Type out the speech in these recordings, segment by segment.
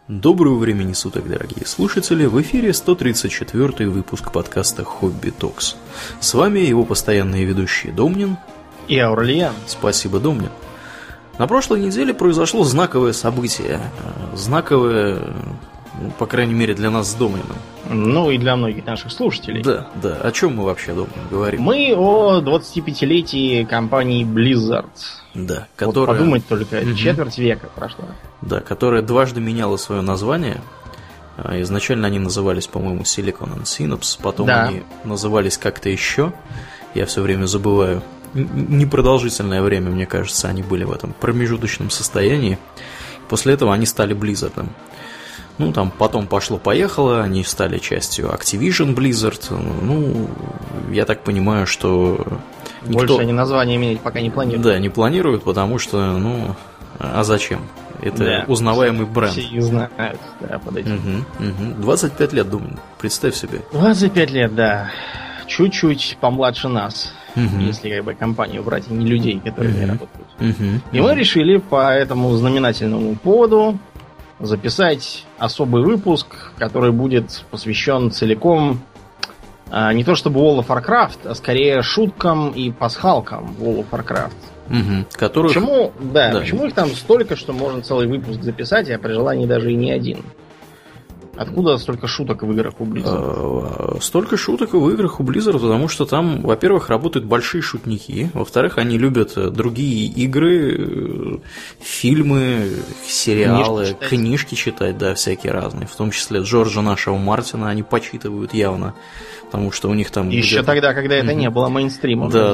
Доброго времени суток, дорогие слушатели! В эфире 134-й выпуск подкаста «Хобби Токс». С вами его постоянные ведущие Домнин и Аурлиен. Спасибо, Домнин. На прошлой неделе произошло знаковое событие. Знаковое, по крайней мере, для нас с Домнином. Ну и для многих наших слушателей. Да. О чем мы вообще, Домнин, говорим? Мы о 25-летии компании Blizzard. Да, которая... Вот подумать только, четверть века прошла. Да, которая дважды меняла свое название. Изначально они назывались, по-моему, Silicon and Synapse, потом они назывались как-то еще. Я все время забываю. Непродолжительное время, мне кажется, они были в этом промежуточном состоянии. После этого они стали Blizzard. Ну, там потом пошло-поехало, они стали частью Activision Blizzard. Ну, я так понимаю, что... Больше они название менять пока не планируют. Да, не планируют, потому что, ну, а зачем? Это узнаваемый бренд. Все знают, да, под этим. 25 лет, думаю, представь себе. 25 лет, да. Чуть-чуть помладше нас, если как бы компанию брать, а не людей, которые не работают. И мы решили по этому знаменательному поводу записать особый выпуск, который будет посвящен целиком не то чтобы World of Warcraft, а скорее шуткам и пасхалкам World of Warcraft. Которых... Почему их там столько, что можно целый выпуск записать, а при желании даже и не один? Откуда столько шуток в играх у Blizzard? Столько шуток в играх у Blizzard, потому что там, во-первых, работают большие шутники, во-вторых, они любят другие игры, фильмы, сериалы, книжки читать, да, всякие разные. В том числе Джорджа нашего Мартина они почитывают явно, потому что у них там... Еще тогда, когда это не было мейнстримом. Да.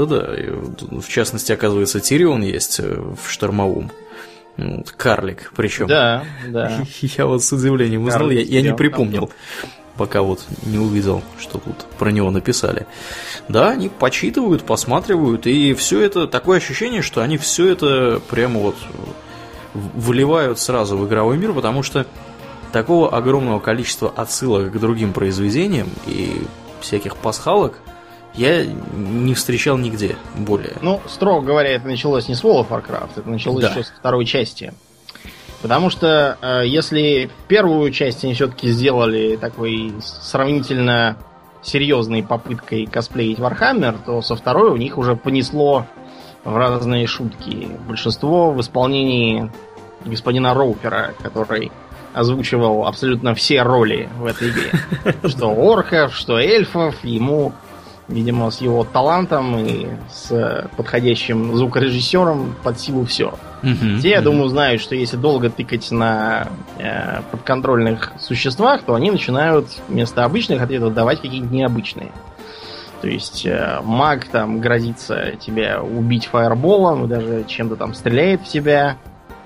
В частности, оказывается, Тирион есть в Штормовом. Карлик, причем. Да. Я вот с удивлением узнал, я не припомнил, пока вот не увидел, что тут про него написали. Да, они почитывают, посматривают, и все это, такое ощущение, что они все это прямо вот вливают сразу в игровой мир, потому что такого огромного количества отсылок к другим произведениям и всяких пасхалок я не встречал нигде более. Ну, строго говоря, это началось не с World of Warcraft, это началось еще с второй части. Потому что если первую часть они все-таки сделали такой сравнительно серьезной попыткой косплеить Warhammer, то со второй у них уже понесло в разные шутки. Большинство в исполнении господина Роупера, который озвучивал абсолютно все роли в этой игре. Что орков, что эльфов, ему... Видимо, с его талантом и с подходящим звукорежиссером под силу все. Те, я думаю, знают, что если долго тыкать на подконтрольных существах, то они начинают вместо обычных ответов давать какие-нибудь необычные. То есть маг там грозится тебя убить фаерболом, и даже чем-то там стреляет в тебя.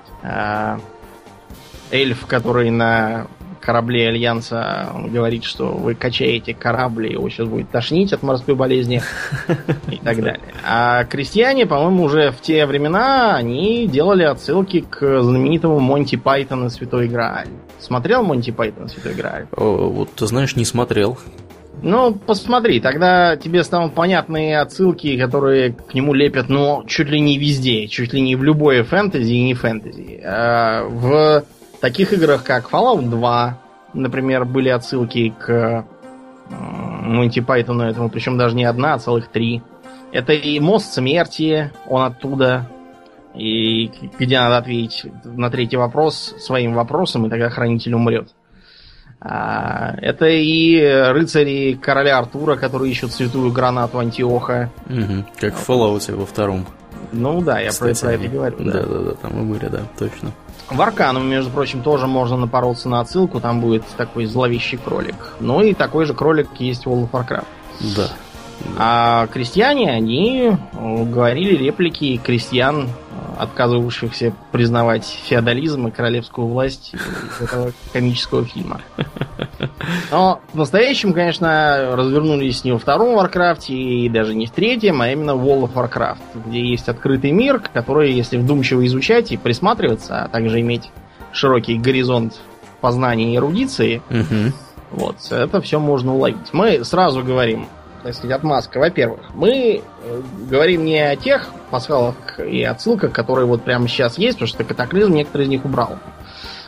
Эльф, который на корабле Альянса, он говорит, что вы качаете корабль, и его сейчас будет тошнить от морской болезни и так далее. А крестьяне, по-моему, уже в те времена они делали отсылки к знаменитому Монти Пайтон и Святой Грааль. Смотрел Монти Пайтон и Святой Грааль? Вот ты знаешь, не смотрел. Ну, посмотри, тогда тебе станут понятны отсылки, которые к нему лепят, ну, чуть ли не везде, чуть ли не в любое фэнтези и не фэнтези. В таких играх, как Fallout 2, например, были отсылки к Монти Пайтону этому, причем даже не одна, а целых 3. Это и Мост Смерти, он оттуда, и где надо ответить на третий вопрос своим вопросом, и тогда хранитель умрет. Это и рыцари короля Артура, которые ищут святую гранату Антиоха. Как в Fallout во втором. Ну да, я кстати, про это и говорю. Да, там и были, да, точно. В Арканум, между прочим, тоже можно напороться на отсылку, там будет такой зловещий кролик. Ну и такой же кролик есть в World of Warcraft. Да. А крестьяне, они говорили реплики крестьян, отказывавшихся признавать феодализм и королевскую власть из этого комического фильма. Но в настоящем, конечно, развернулись не во втором Warcraft и даже не в третьем, а именно в World of Warcraft, где есть открытый мир, который, если вдумчиво изучать и присматриваться, а также иметь широкий горизонт познания и эрудиции, вот, это все можно уловить. Мы сразу говорим, так сказать, отмазка. Во-первых, мы говорим не о тех пасхалках и отсылках, которые вот прямо сейчас есть, потому что Катаклизм некоторые из них убрал.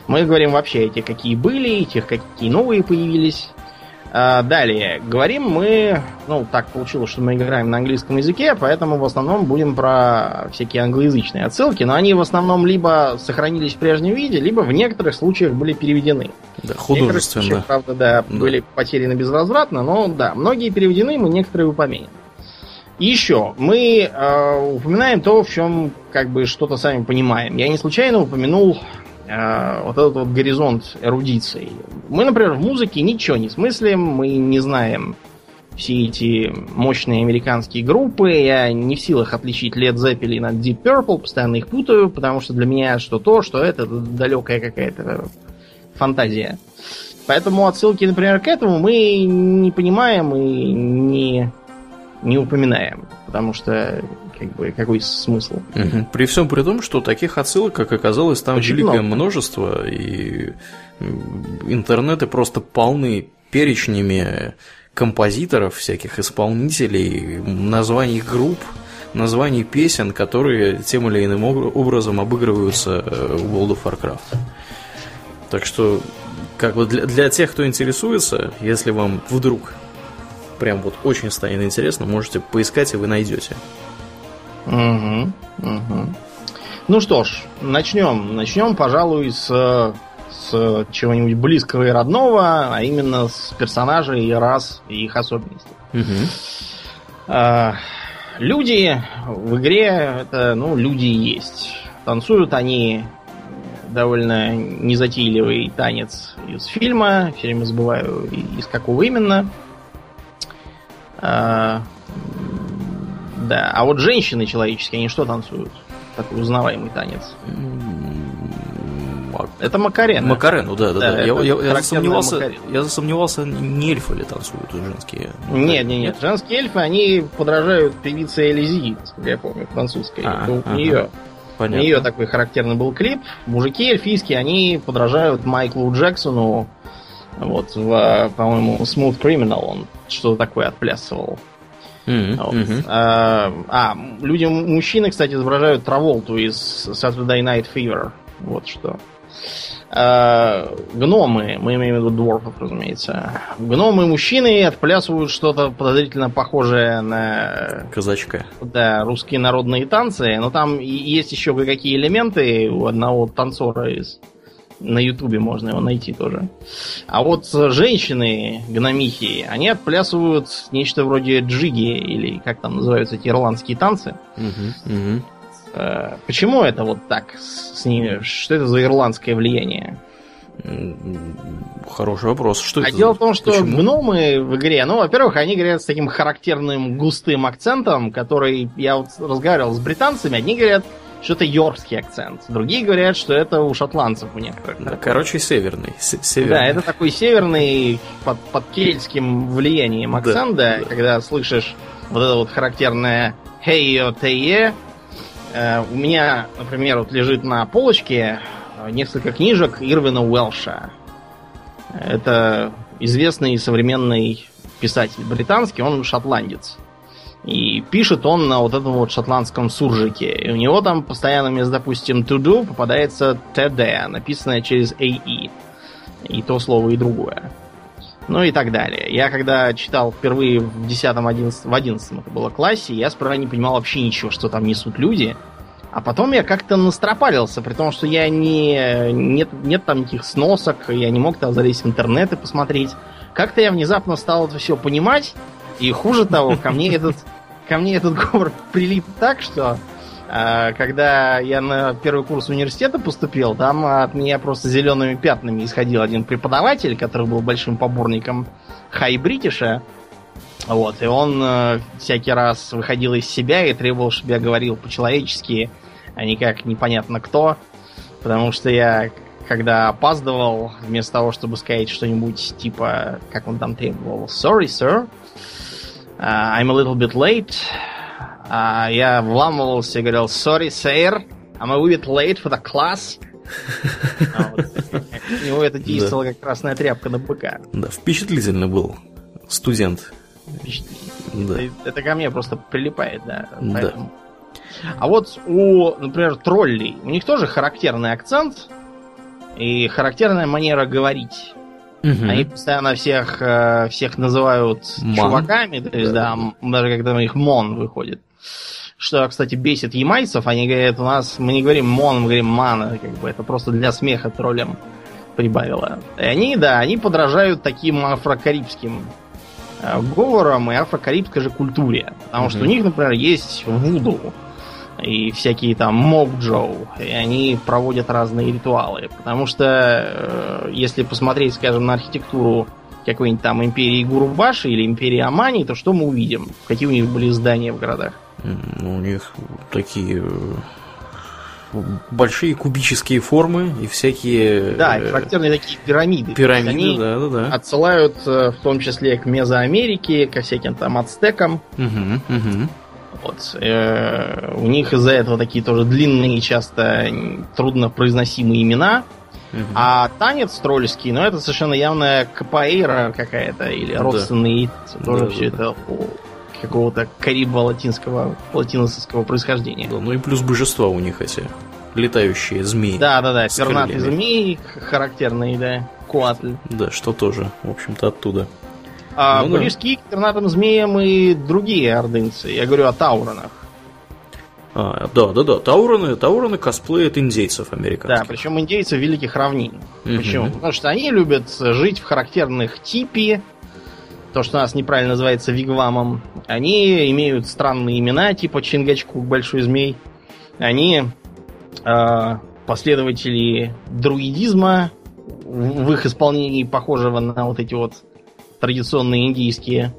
Мы говорим вообще о тех, какие были, и тех, какие новые появились. Далее. Говорим мы... Ну, так получилось, что мы играем на английском языке, поэтому в основном будем про всякие англоязычные отсылки, но они в основном либо сохранились в прежнем виде, либо в некоторых случаях были переведены. Да, художественно. Случаях, правда, да, были потеряны безвозвратно, но да, многие переведены, мы некоторые упомянем. И еще, мы упоминаем то, в чем как бы что-то сами понимаем. Я не случайно упомянул вот этот вот горизонт эрудиции. Мы, например, в музыке ничего не смыслим, мы не знаем все эти мощные американские группы, я не в силах отличить Led Zeppelin от Deep Purple, постоянно их путаю, потому что для меня что то, что это далекая какая-то фантазия. Поэтому отсылки, например, к этому мы не понимаем и не упоминаем, потому что как бы какой смысл? При всем при том, что таких отсылок, как оказалось, там очень великое множество, и интернеты просто полны перечнями композиторов, всяких исполнителей, названий групп, названий песен, которые тем или иным образом обыгрываются в World of Warcraft. Так что, как бы для тех, кто интересуется, если вам вдруг прям вот очень станет интересно, можете поискать, и вы найдете. Ну что ж, начнем, пожалуй, с чего-нибудь близкого и родного, а именно с персонажей, рас и их особенностей. Люди в игре это, люди есть. Танцуют они довольно незатейливый танец из фильма, все время забываю, из какого именно. Да, а вот женщины человеческие, они что танцуют? Такой узнаваемый танец. Это Макарена. Макарену, да. Я засомневался, не эльфы ли танцуют женские. Нет. Женские эльфы, они подражают певице Элизи, насколько я помню, французской. У нее такой характерный был клип. Мужики эльфийские, они подражают Майклу Джексону. Вот, по-моему, Smooth Criminal он что-то такое отплясывал. Мужчины, кстати, изображают Траволту из Saturday Night Fever. Вот что. Гномы, мы имеем в виду дворфов, разумеется. Гномы-мужчины отплясывают что-то подозрительно похожее на... казачка. Да, русские народные танцы. Но там есть еще кое-какие элементы у одного танцора на Ютубе можно его найти тоже. А вот женщины, гномихи, они отплясывают нечто вроде джиги, или как там называются эти ирландские танцы. Почему это вот так с ними? Что это за ирландское влияние? Хороший вопрос. Что это? Дело в том, что гномы в игре, во-первых, они говорят с таким характерным густым акцентом, который я вот разговаривал с британцами, одни говорят, что это йоркский акцент. Другие говорят, что это у шотландцев у некоторых. Да, короче, северный. Да, это такой северный под кельтским влиянием акцент, да, когда слышишь вот это вот характерное «хей-йо-тей-е». У меня, например, вот лежит на полочке несколько книжек Ирвина Уэлша. Это известный современный писатель британский, он шотландец. И пишет он на вот этом вот шотландском суржике. И у него там постоянно вместо, допустим, to do попадается td, написанное через AE. И то слово, и другое. Ну и так далее. Я когда читал впервые в 10-11, в 11 это было классе, я сперва не понимал вообще ничего, что там несут люди. А потом я как-то настропалился, при том, что я нет там никаких сносок, я не мог там залезть в интернет и посмотреть. Как-то я внезапно стал это все понимать, и хуже того, ко мне этот говор прилип так, что когда я на первый курс университета поступил, там от меня просто зелеными пятнами исходил один преподаватель, который был большим поборником хай-бритиша. Вот, и он всякий раз выходил из себя и требовал, чтобы я говорил по-человечески, а не как непонятно кто. Потому что я, когда опаздывал, вместо того, чтобы сказать что-нибудь типа, как он там требовал, «Sorry, sir, I'm a little bit late», я вламывался и говорил «Sorry, sir, I'm a little bit late for the class». У него это действовало как красная тряпка на быка. Да, впечатлительный был студент. Да. Это ко мне просто прилипает, да. Поэтому. А вот у, например, троллей, у них тоже характерный акцент. и характерная манера говорить. Они постоянно всех называют чуваками, то есть, да, даже когда у них мон выходит. Что, кстати, бесит ямайцев, они говорят, мы не говорим мон, мы говорим ман, как бы это просто для смеха троллям прибавило. И они подражают таким афрокарибским говорам и афрокарибской же культуре. Потому что у них, например, есть вуду и всякие там мокджоу, и они проводят разные ритуалы. Потому что если посмотреть, скажем, на архитектуру какой-нибудь там империи Гурубаши или империи Амани, то что мы увидим? Какие у них были здания в городах? У них такие большие кубические формы и всякие... Да, характерные такие пирамиды. Пирамиды, они да. Отсылают в том числе к Мезоамерике, ко всяким там ацтекам. Вот. У них из-за этого такие тоже длинные, часто труднопроизносимые имена. А танец тролльский, это совершенно явная капоэйра какая-то, или родственные тоже все это какого-то карибо-латинского происхождения. Да, и плюс божества у них эти летающие змеи. Да, пернатые змеи характерные, да, Куатль. Да, что тоже, в общем-то, оттуда. Близки к пернатым змеям и другие ордынцы. Я говорю о тауронах. Да, Тауроны косплеят индейцев американских. Да, причем индейцев Великих Равнин. Почему? Потому что они любят жить в характерных типи, то, что у нас неправильно называется вигвамом. Они имеют странные имена, типа Чингачгук, Большой Змей. Они последователи друидизма, в их исполнении похожего на вот эти вот традиционные индийские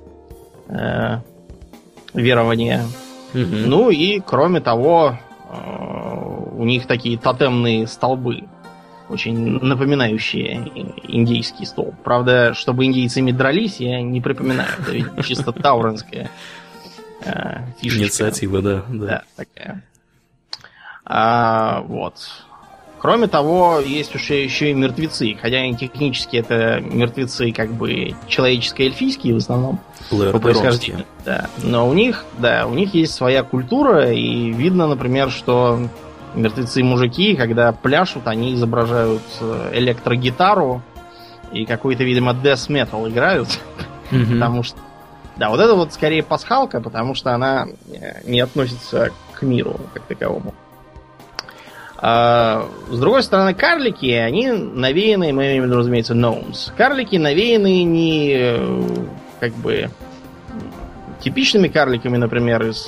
верования. И, кроме того, у них такие тотемные столбы, очень напоминающие индийский столб. Правда, чтобы индейцами дрались, я не припоминаю. Это ведь чисто тауронская фишечка. Инициатива, да. Да, такая. Вот. Кроме того, есть еще и мертвецы. Хотя они технически это мертвецы как бы человеческо-эльфийские в основном. По происхождению. Да. Но у них есть своя культура, и видно, например, что мертвецы-мужики, когда пляшут, они изображают электрогитару и какой-то, видимо, death metal играют. Потому что... Да, вот это вот скорее пасхалка, потому что она не относится к миру как таковому. С другой стороны, карлики, они навеяны, мы имеем в виду, разумеется, gnomes. Карлики навеяны не как бы типичными карликами, например, из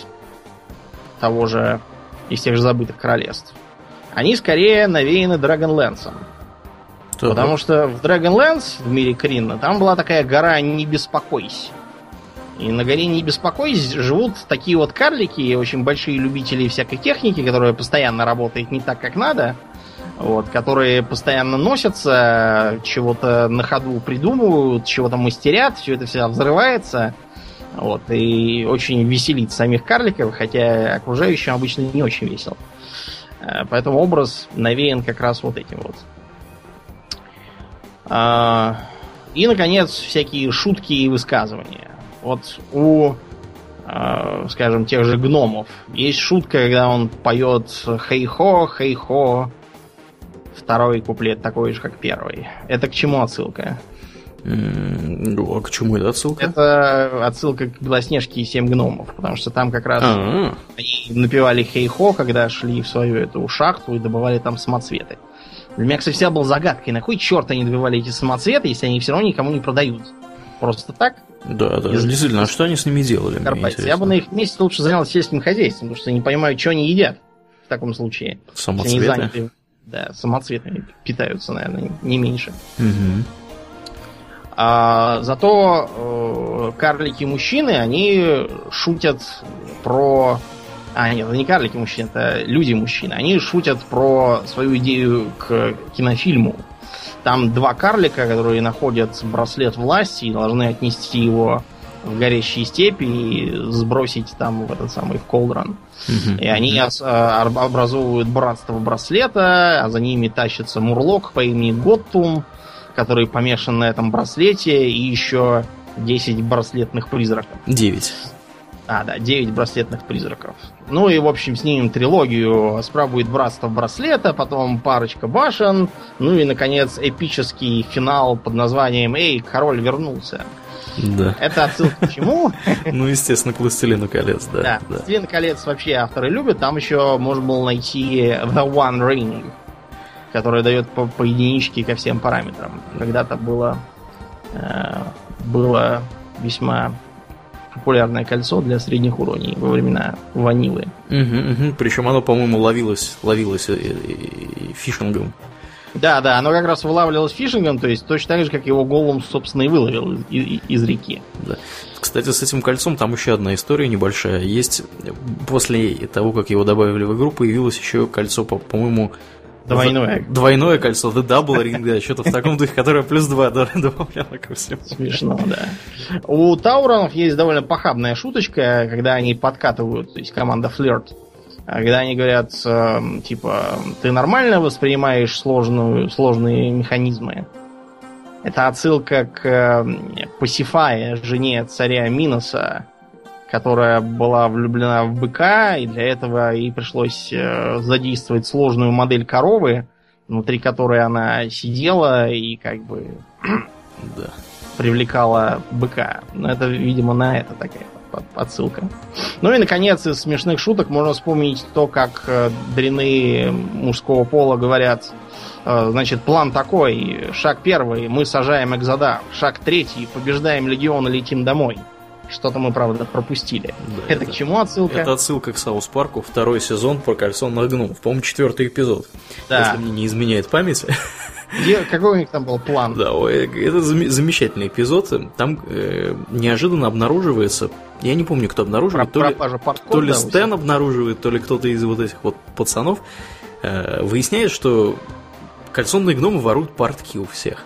тех же забытых королевств. Они скорее навеяны Dragonlance. Потому что в Dragonlance, в мире Кринна, там была такая гора «Не беспокойся». И на горе «Не беспокойся» живут такие вот карлики, очень большие любители всякой техники, которая постоянно работает не так, как надо, вот, которые постоянно носятся, чего-то на ходу придумывают, чего-то мастерят, все это всегда взрывается, вот, и очень веселит самих карликов, хотя окружающим обычно не очень весело. Поэтому образ навеян как раз вот этим вот. И, наконец, всякие шутки и высказывания. Вот у, скажем, тех же гномов есть шутка, когда он поет «Хей-хо, хей-хо». Второй куплет такой же, как первый. Это к чему отсылка? А к чему это отсылка? Это отсылка к «Белоснежке и 7 гномов», потому что там как раз они напевали «Хей-хо», когда шли в свою эту шахту и добывали там самоцветы. Для меня, кстати, всегда была загадкой, на кой черт они добывали эти самоцветы, если они все равно никому не продают? Просто так? Да, действительно, а что они с ними делали? Я бы на их месте лучше занялся сельским хозяйством, потому что не понимаю, что они едят в таком случае. Самоцветы? Они заняты, да, самоцветами питаются, наверное, не меньше. Зато карлики-мужчины, они шутят про... нет, это не карлики-мужчины, это люди-мужчины. Они шутят про свою идею к кинофильму. Там два карлика, которые находят браслет власти и должны отнести его в горящие степи и сбросить там в этот самый в колдрон. И они образовывают братство браслета, а за ними тащится Мурлок по имени Готтум, который помешан на этом браслете, и еще 10 браслетных призраков. 9. Да, 9 браслетных призраков. Ну и, в общем, снимем трилогию. Справа будет Братство Браслета, потом Парочка башен, ну и, наконец, эпический финал под названием «Эй, король вернулся». Да. Это отсылка к чему? Ну, естественно, к «Властелину колец», да. Да, «Властелин колец» вообще авторы любят. Там еще можно было найти The One Ring, которая дает по единичке ко всем параметрам. Когда-то было весьма популярное кольцо для средних уровней во времена ванилы. Причем оно, по-моему, ловилось фишингом. Да, оно как раз вылавливалось фишингом, то есть точно так же, как его Голлум, собственно, и выловил из реки. Да. Кстати, с этим кольцом там еще одна история небольшая. Есть, после того, как его добавили в игру, появилось еще кольцо, по-моему... Двойное кольцо, The Double Ring, да, что-то в таком духе, которое плюс 2 добавляло ко всему. Смешно, да. У Тауронов есть довольно похабная шуточка, когда они подкатывают, то есть команда Флирт, когда они говорят, типа, ты нормально воспринимаешь сложные механизмы? Это отсылка к Пасифае, жене царя Миноса, которая была влюблена в быка, и для этого ей пришлось задействовать сложную модель коровы, внутри которой она сидела и как бы привлекала быка. Но это, видимо, на это такая отсылка. Ну и, наконец, из смешных шуток можно вспомнить то, как дряны мужского пола говорят: значит, план такой, шаг первый, мы сажаем Экзодар, шаг третий, побеждаем легион и летим домой. Что-то мы, правда, пропустили. Да, это к чему отсылка? Это отсылка к Саус Парку, 2 сезон про кольцонных гномов. По-моему, 4 эпизод. Да. Если мне не изменяет память. Какой у них там был план? Да, это замечательный эпизод. Там неожиданно обнаруживается, я не помню, кто обнаруживает, то ли Стэн обнаруживает, то ли кто-то из вот этих вот пацанов. Выясняет, что кольцонные гномы воруют портки у всех.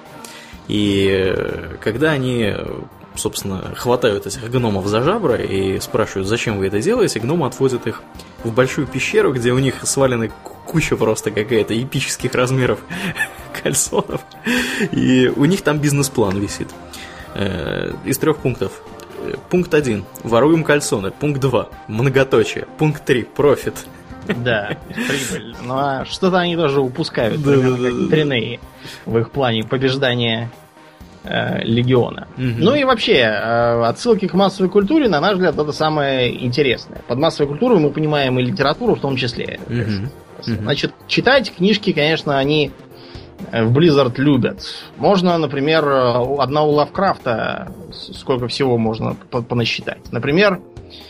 И когда они... собственно, хватают этих гномов за жабры и спрашивают, зачем вы это делаете, гномы отводят их в большую пещеру, где у них свалены куча просто какая-то эпических размеров кальсонов, и у них там бизнес-план висит из 3 пунктов. Пункт 1. Воруем кальсоны. Пункт 2. Многоточие. Пункт 3. Профит. Да, прибыль. Ну а что-то они тоже упускают, как Тринеи в их плане побеждания легиона. Ну и вообще, отсылки к массовой культуре, на наш взгляд, это самое интересное. Под массовой культурой мы понимаем и литературу в том числе. Значит, читать книжки, конечно, они в Blizzard любят. Можно, например, одного Лавкрафта, сколько всего можно понасчитать. Например,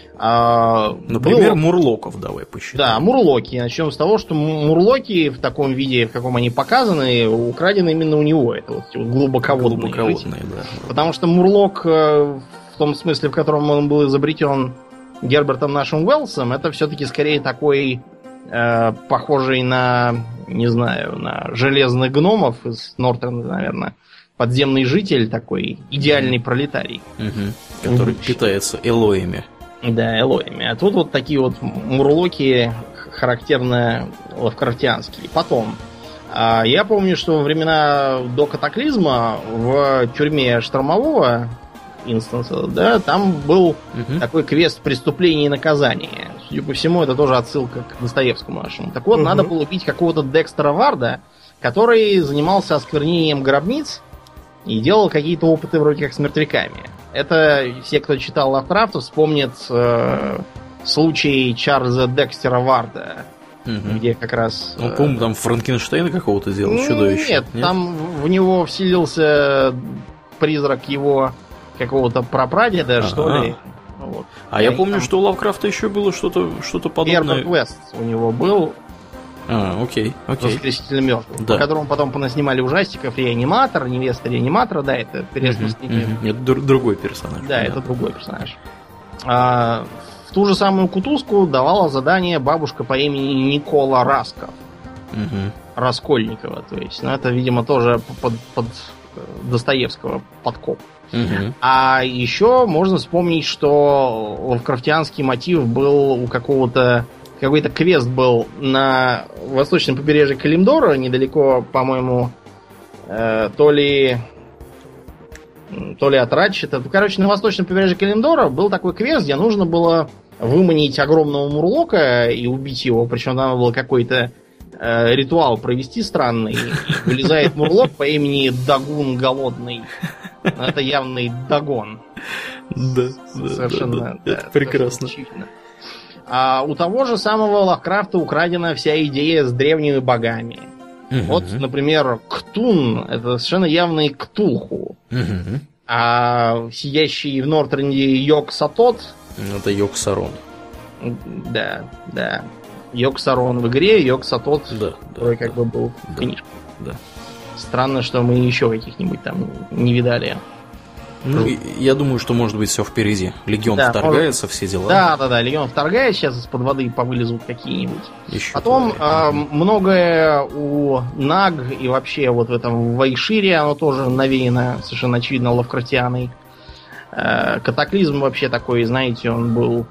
Мурлоков давай посчитаем. Да, Мурлоки. Начнем с того, что Мурлоки в таком виде, в каком они показаны, украдены именно у него. Это вот глубоководные, да. Потому что Мурлок, в том смысле, в котором он был изобретен Гербертом нашим Уэллсом, это все-таки скорее такой, похожий на, не знаю, на железных гномов из Нортерна, наверное, подземный житель такой, идеальный пролетарий. Который питается элоями. Да, элоями. А тут вот такие вот мурлоки характерно лавкрафтианские. Потом, я помню, что во времена до катаклизма в тюрьме штормового инстанса, да, там был такой квест «Преступление и наказание». Судя по всему, это тоже отсылка к Достоевскому нашему. Так вот, надо было убить какого-то Декстера Варда, который занимался осквернением гробниц и делал какие-то опыты вроде как с мертвяками. Это все, кто читал Лавкрафта, вспомнят случай Чарльза Декстера Варда, где как раз... Он, по-моему, там Франкенштейна какого-то делал, чудовище. Нет, там в него вселился призрак его какого-то прапрадеда, что ли. Вот. Я помню, что у Лавкрафта еще было что-то подобное. Герберт Уэст у него был. Окей. «Воскреситель мертвых», по которому потом понаснимали ужастиков. Реаниматор, невеста реаниматора, да, это переосмысление. Это другой персонаж. Да, это другой персонаж. В ту же самую кутузку давала задание бабушка по имени Никола Расков. Раскольникова, то есть. Но это, видимо, тоже под Достоевского подкоп. А еще можно вспомнить, что лавкрафтианский мотив был у какой-то квест был на восточном побережье Калимдора, недалеко, по-моему, то ли то ли от Ратчета. Короче, на восточном побережье Калимдора был такой квест, где нужно было выманить огромного мурлока и убить его. Причем там был какой-то ритуал провести странный. Вылезает мурлок по имени Дагун Голодный. Это явный Дагон. Да, совершенно. Да. Это прекрасно. А у того же самого Лавкрафта украдена вся идея с древними богами. Вот, например, Ктун — это совершенно явный Ктулху. А сидящий в Нортренде Йог-Сатот — это Йог-Сарон. Да. Йог-Сарон в игре, Йог-Сатот, который как бы был в книжке. Да. Странно, что мы еще каких-нибудь там не видали. Ну, я думаю, что может быть все впереди. Легион вторгается, все дела. Да, Легион вторгается, сейчас из-под воды повылезут какие-нибудь. Еще потом многое у Наг и вообще вот в этом Вайшире, оно тоже навеяно, совершенно очевидно, лавкрафтианой. Катаклизм вообще такой, знаете, он был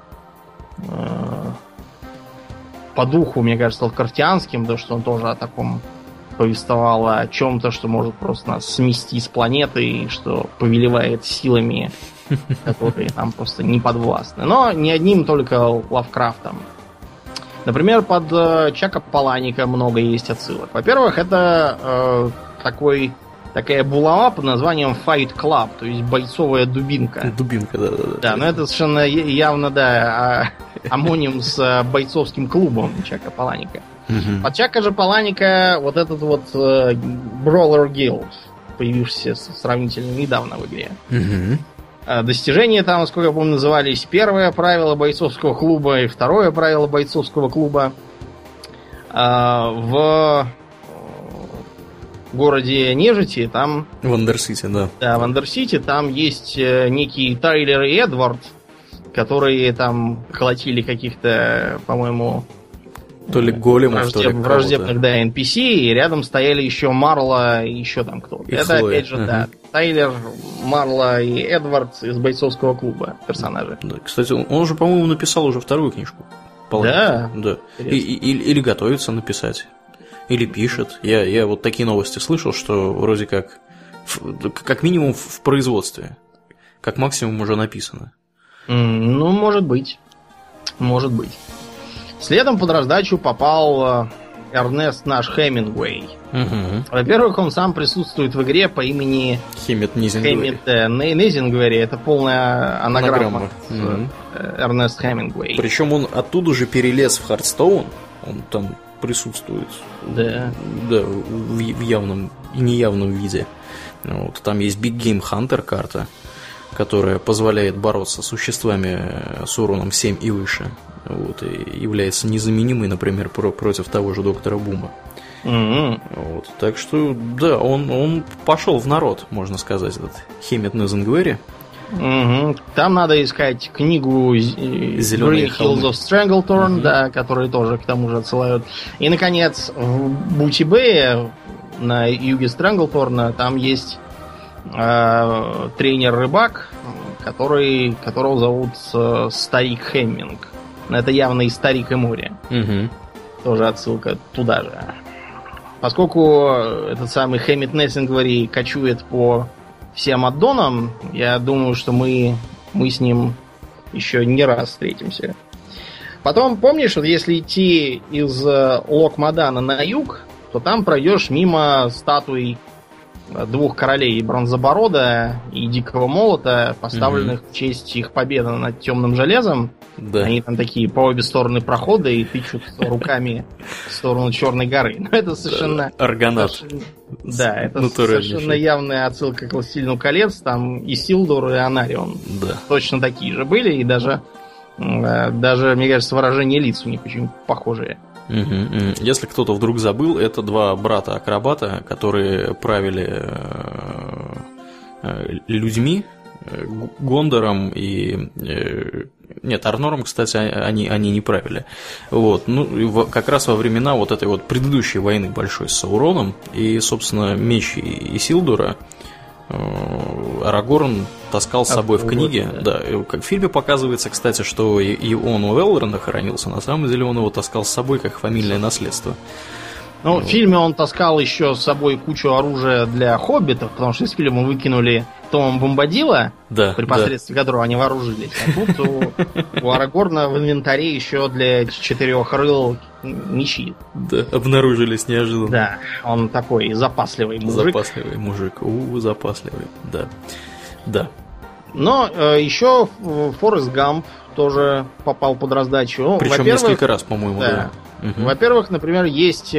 по духу, мне кажется, лавкрафтианским, потому что он тоже о таком повествовал, о чем-то, что может просто нас смести с планеты и что повелевает силами, которые там просто не подвластны. Но не одним только Лавкрафтом. Например, под Чака Паланика много есть отсылок. Во-первых, это такая булава под названием Fight Club, то есть бойцовая дубинка. Дубинка, да. Да, но это совершенно явно, амоним с бойцовским клубом Чака Паланика. Под Чака же Паланика вот этот вот Brawler Guild, появившийся сравнительно недавно в игре. Достижения там, насколько я помню, назывались первое правило бойцовского клуба и второе правило бойцовского клуба. В городе Нежити там... В Андерсити, да. Да, в Андерсити там есть некий Тайлер и Эдвард, которые там колотили каких-то, по-моему... То ли големов, то ли враждебных, да, NPC, и рядом стояли еще Марла и еще там кто-то. И это, Хлоя. Опять же, да, Тайлер, Марла и Эдвард из бойцовского клуба персонажи. Да, кстати, он же, по-моему, написал уже вторую книжку. Да? Да. Или готовится написать. Или пишет. Я вот такие новости слышал, что вроде как минимум в производстве. Как максимум уже написано. Ну, может быть. Может быть. Следом под раздачу попал Эрнест наш Хемингуэй. Во-первых, он сам присутствует в игре по имени Хемет Незингуэри. Это полная анаграмма. Эрнест Хемингуэй. Причем он оттуда же перелез в Хардстоун. Он там присутствует. Да. Да, в явном и неявном виде. Вот, там есть Big Game Hunter карта, которая позволяет бороться с существами с уроном 7 и выше. Вот, и является незаменимой, например, против того же Доктора Бума. Вот, так что, да, он пошел в народ, можно сказать, этот Хемет Незингуэри. Там надо искать книгу «Зеленые Hills of Stranglethorn», да, которые тоже к тому же отсылают. И, наконец, в Бути-Бэе на юге Странглторна там есть тренер-рыбак, которого зовут Старик Хемминг. Это явно и Старик и море. Тоже отсылка туда же. Поскольку этот самый Хемет Незингуэри кочует по всем аддонам, я думаю, что мы с ним еще не раз встретимся. Потом, помнишь, вот если идти из Лок-Мадана на юг, то там пройдешь мимо статуй двух королей, Бронзоборода и Дикого Молота, поставленных в честь их победы над Темным Железом. Да. Они там такие по обе стороны прохода и тычут руками в сторону Черной горы. Но это совершенно... Аргонавт. Да, это совершенно явная отсылка к «Властелину колец». Там Исилдур и Анарион точно такие же были. И даже, мне кажется, выражение лиц у них очень похожие. Если кто-то вдруг забыл, это два брата-акробата, которые правили людьми, Гондором и... Нет, Арнором, кстати, они не правили. Вот. Ну, как раз во времена вот этой вот предыдущей войны большой с Сауроном и, собственно, меч Исилдура Арагорн таскал с собой в книге. Да, как в фильме показывается, кстати, что и он у Элрона хоронился, на самом деле он его таскал с собой как фамильное наследство. Ну, в фильме он таскал еще с собой кучу оружия для хоббитов, потому что из фильма выкинули Тома Бомбадила, при посредстве которого они вооружились. А тут у Арагорна в инвентаре еще для 4 рыл мечи. Да, обнаружились неожиданно. Да, он такой запасливый мужик. Запасливый мужик, запасливый, да. Да. Но еще Форест Гамп тоже попал под раздачу. Причем несколько раз, по-моему, да. Угу. Во-первых, например, есть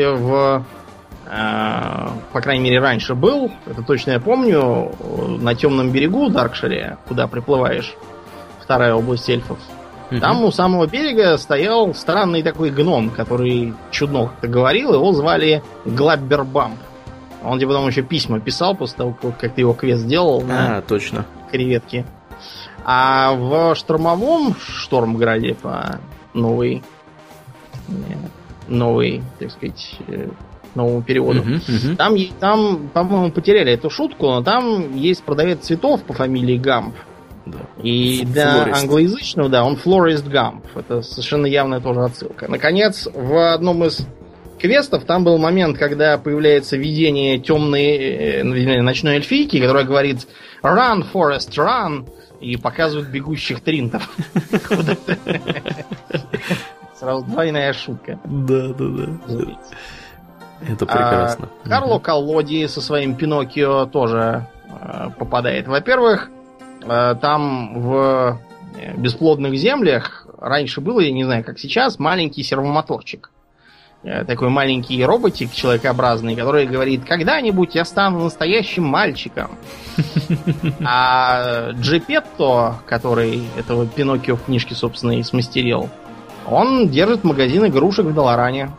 по крайней мере, раньше был, это точно я помню, на Темном берегу Даркшире, куда приплываешь, вторая область эльфов. Там у самого берега стоял странный такой гном, который чудно как-то говорил, его звали Глаббербамп. Он тебе потом еще письма писал после того, как ты его квест сделал на точно. Креветки. А в штормовом Штормграде по новой, так сказать, новому переводу. Там, по-моему, потеряли эту шутку, но там есть продавец цветов по фамилии Гамп. Да. И для англоязычного, да, он Флорист Гамп. Это совершенно явная тоже отсылка. Наконец, в одном из квестов там был момент, когда появляется видение темной ночной эльфийки, которая говорит «Run, Forest, run!» и показывает бегущих тринтов. Сразу двойная шутка. Да. Это прекрасно. Карло Коллоди со своим Пиноккио тоже попадает. Во-первых, там в бесплодных землях раньше было, я не знаю, как сейчас, маленький сервомоторчик. Такой маленький роботик человекообразный, который говорит: когда-нибудь я стану настоящим мальчиком. А Джепетто, который этого Пиноккио в книжке, собственно, и смастерил, он держит магазин игрушек в Долоране.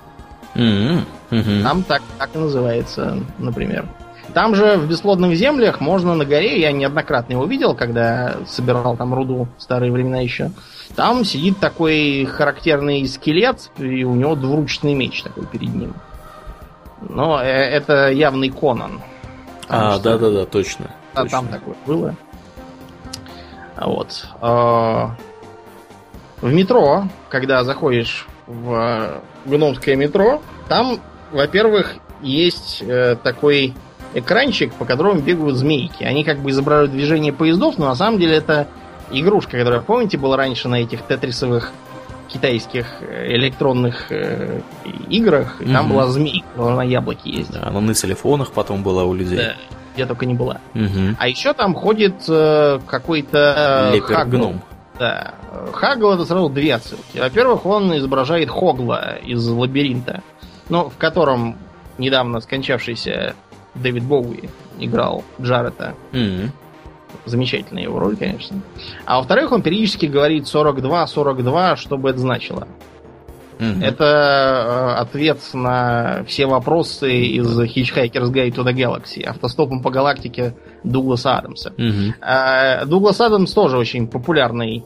Там так и называется, например. Там же в бесплодных землях можно на горе, я неоднократно его видел, когда собирал там руду в старые времена еще. Там сидит такой характерный скелет, и у него двуручный меч такой перед ним. Но это явный Конан. Да, точно. Там такое было. Вот. В метро, когда заходишь в гномское метро, там, во-первых, есть такой экранчик, по которому бегают змейки. Они как бы изображают движение поездов, но на самом деле это игрушка, которая, помните, была раньше на этих тетрисовых китайских электронных играх. И там была змейка, которая на яблоке ездит. Да, она на телефонах потом была у людей. Да, где только не была. А еще там ходит какой-то лепер-гном. Да. Хагл — это сразу две отсылки. Во-первых, он изображает Хогла из «Лабиринта», в котором недавно скончавшийся Дэвид Боуи играл Джареда. Замечательная его роль, конечно. А во-вторых, он периодически говорит 42, что бы это значило. Это ответ на все вопросы из Hitchhiker's Guide to the Galaxy, автостопом по галактике Дугласа Адамса. Дуглас Адамс тоже очень популярный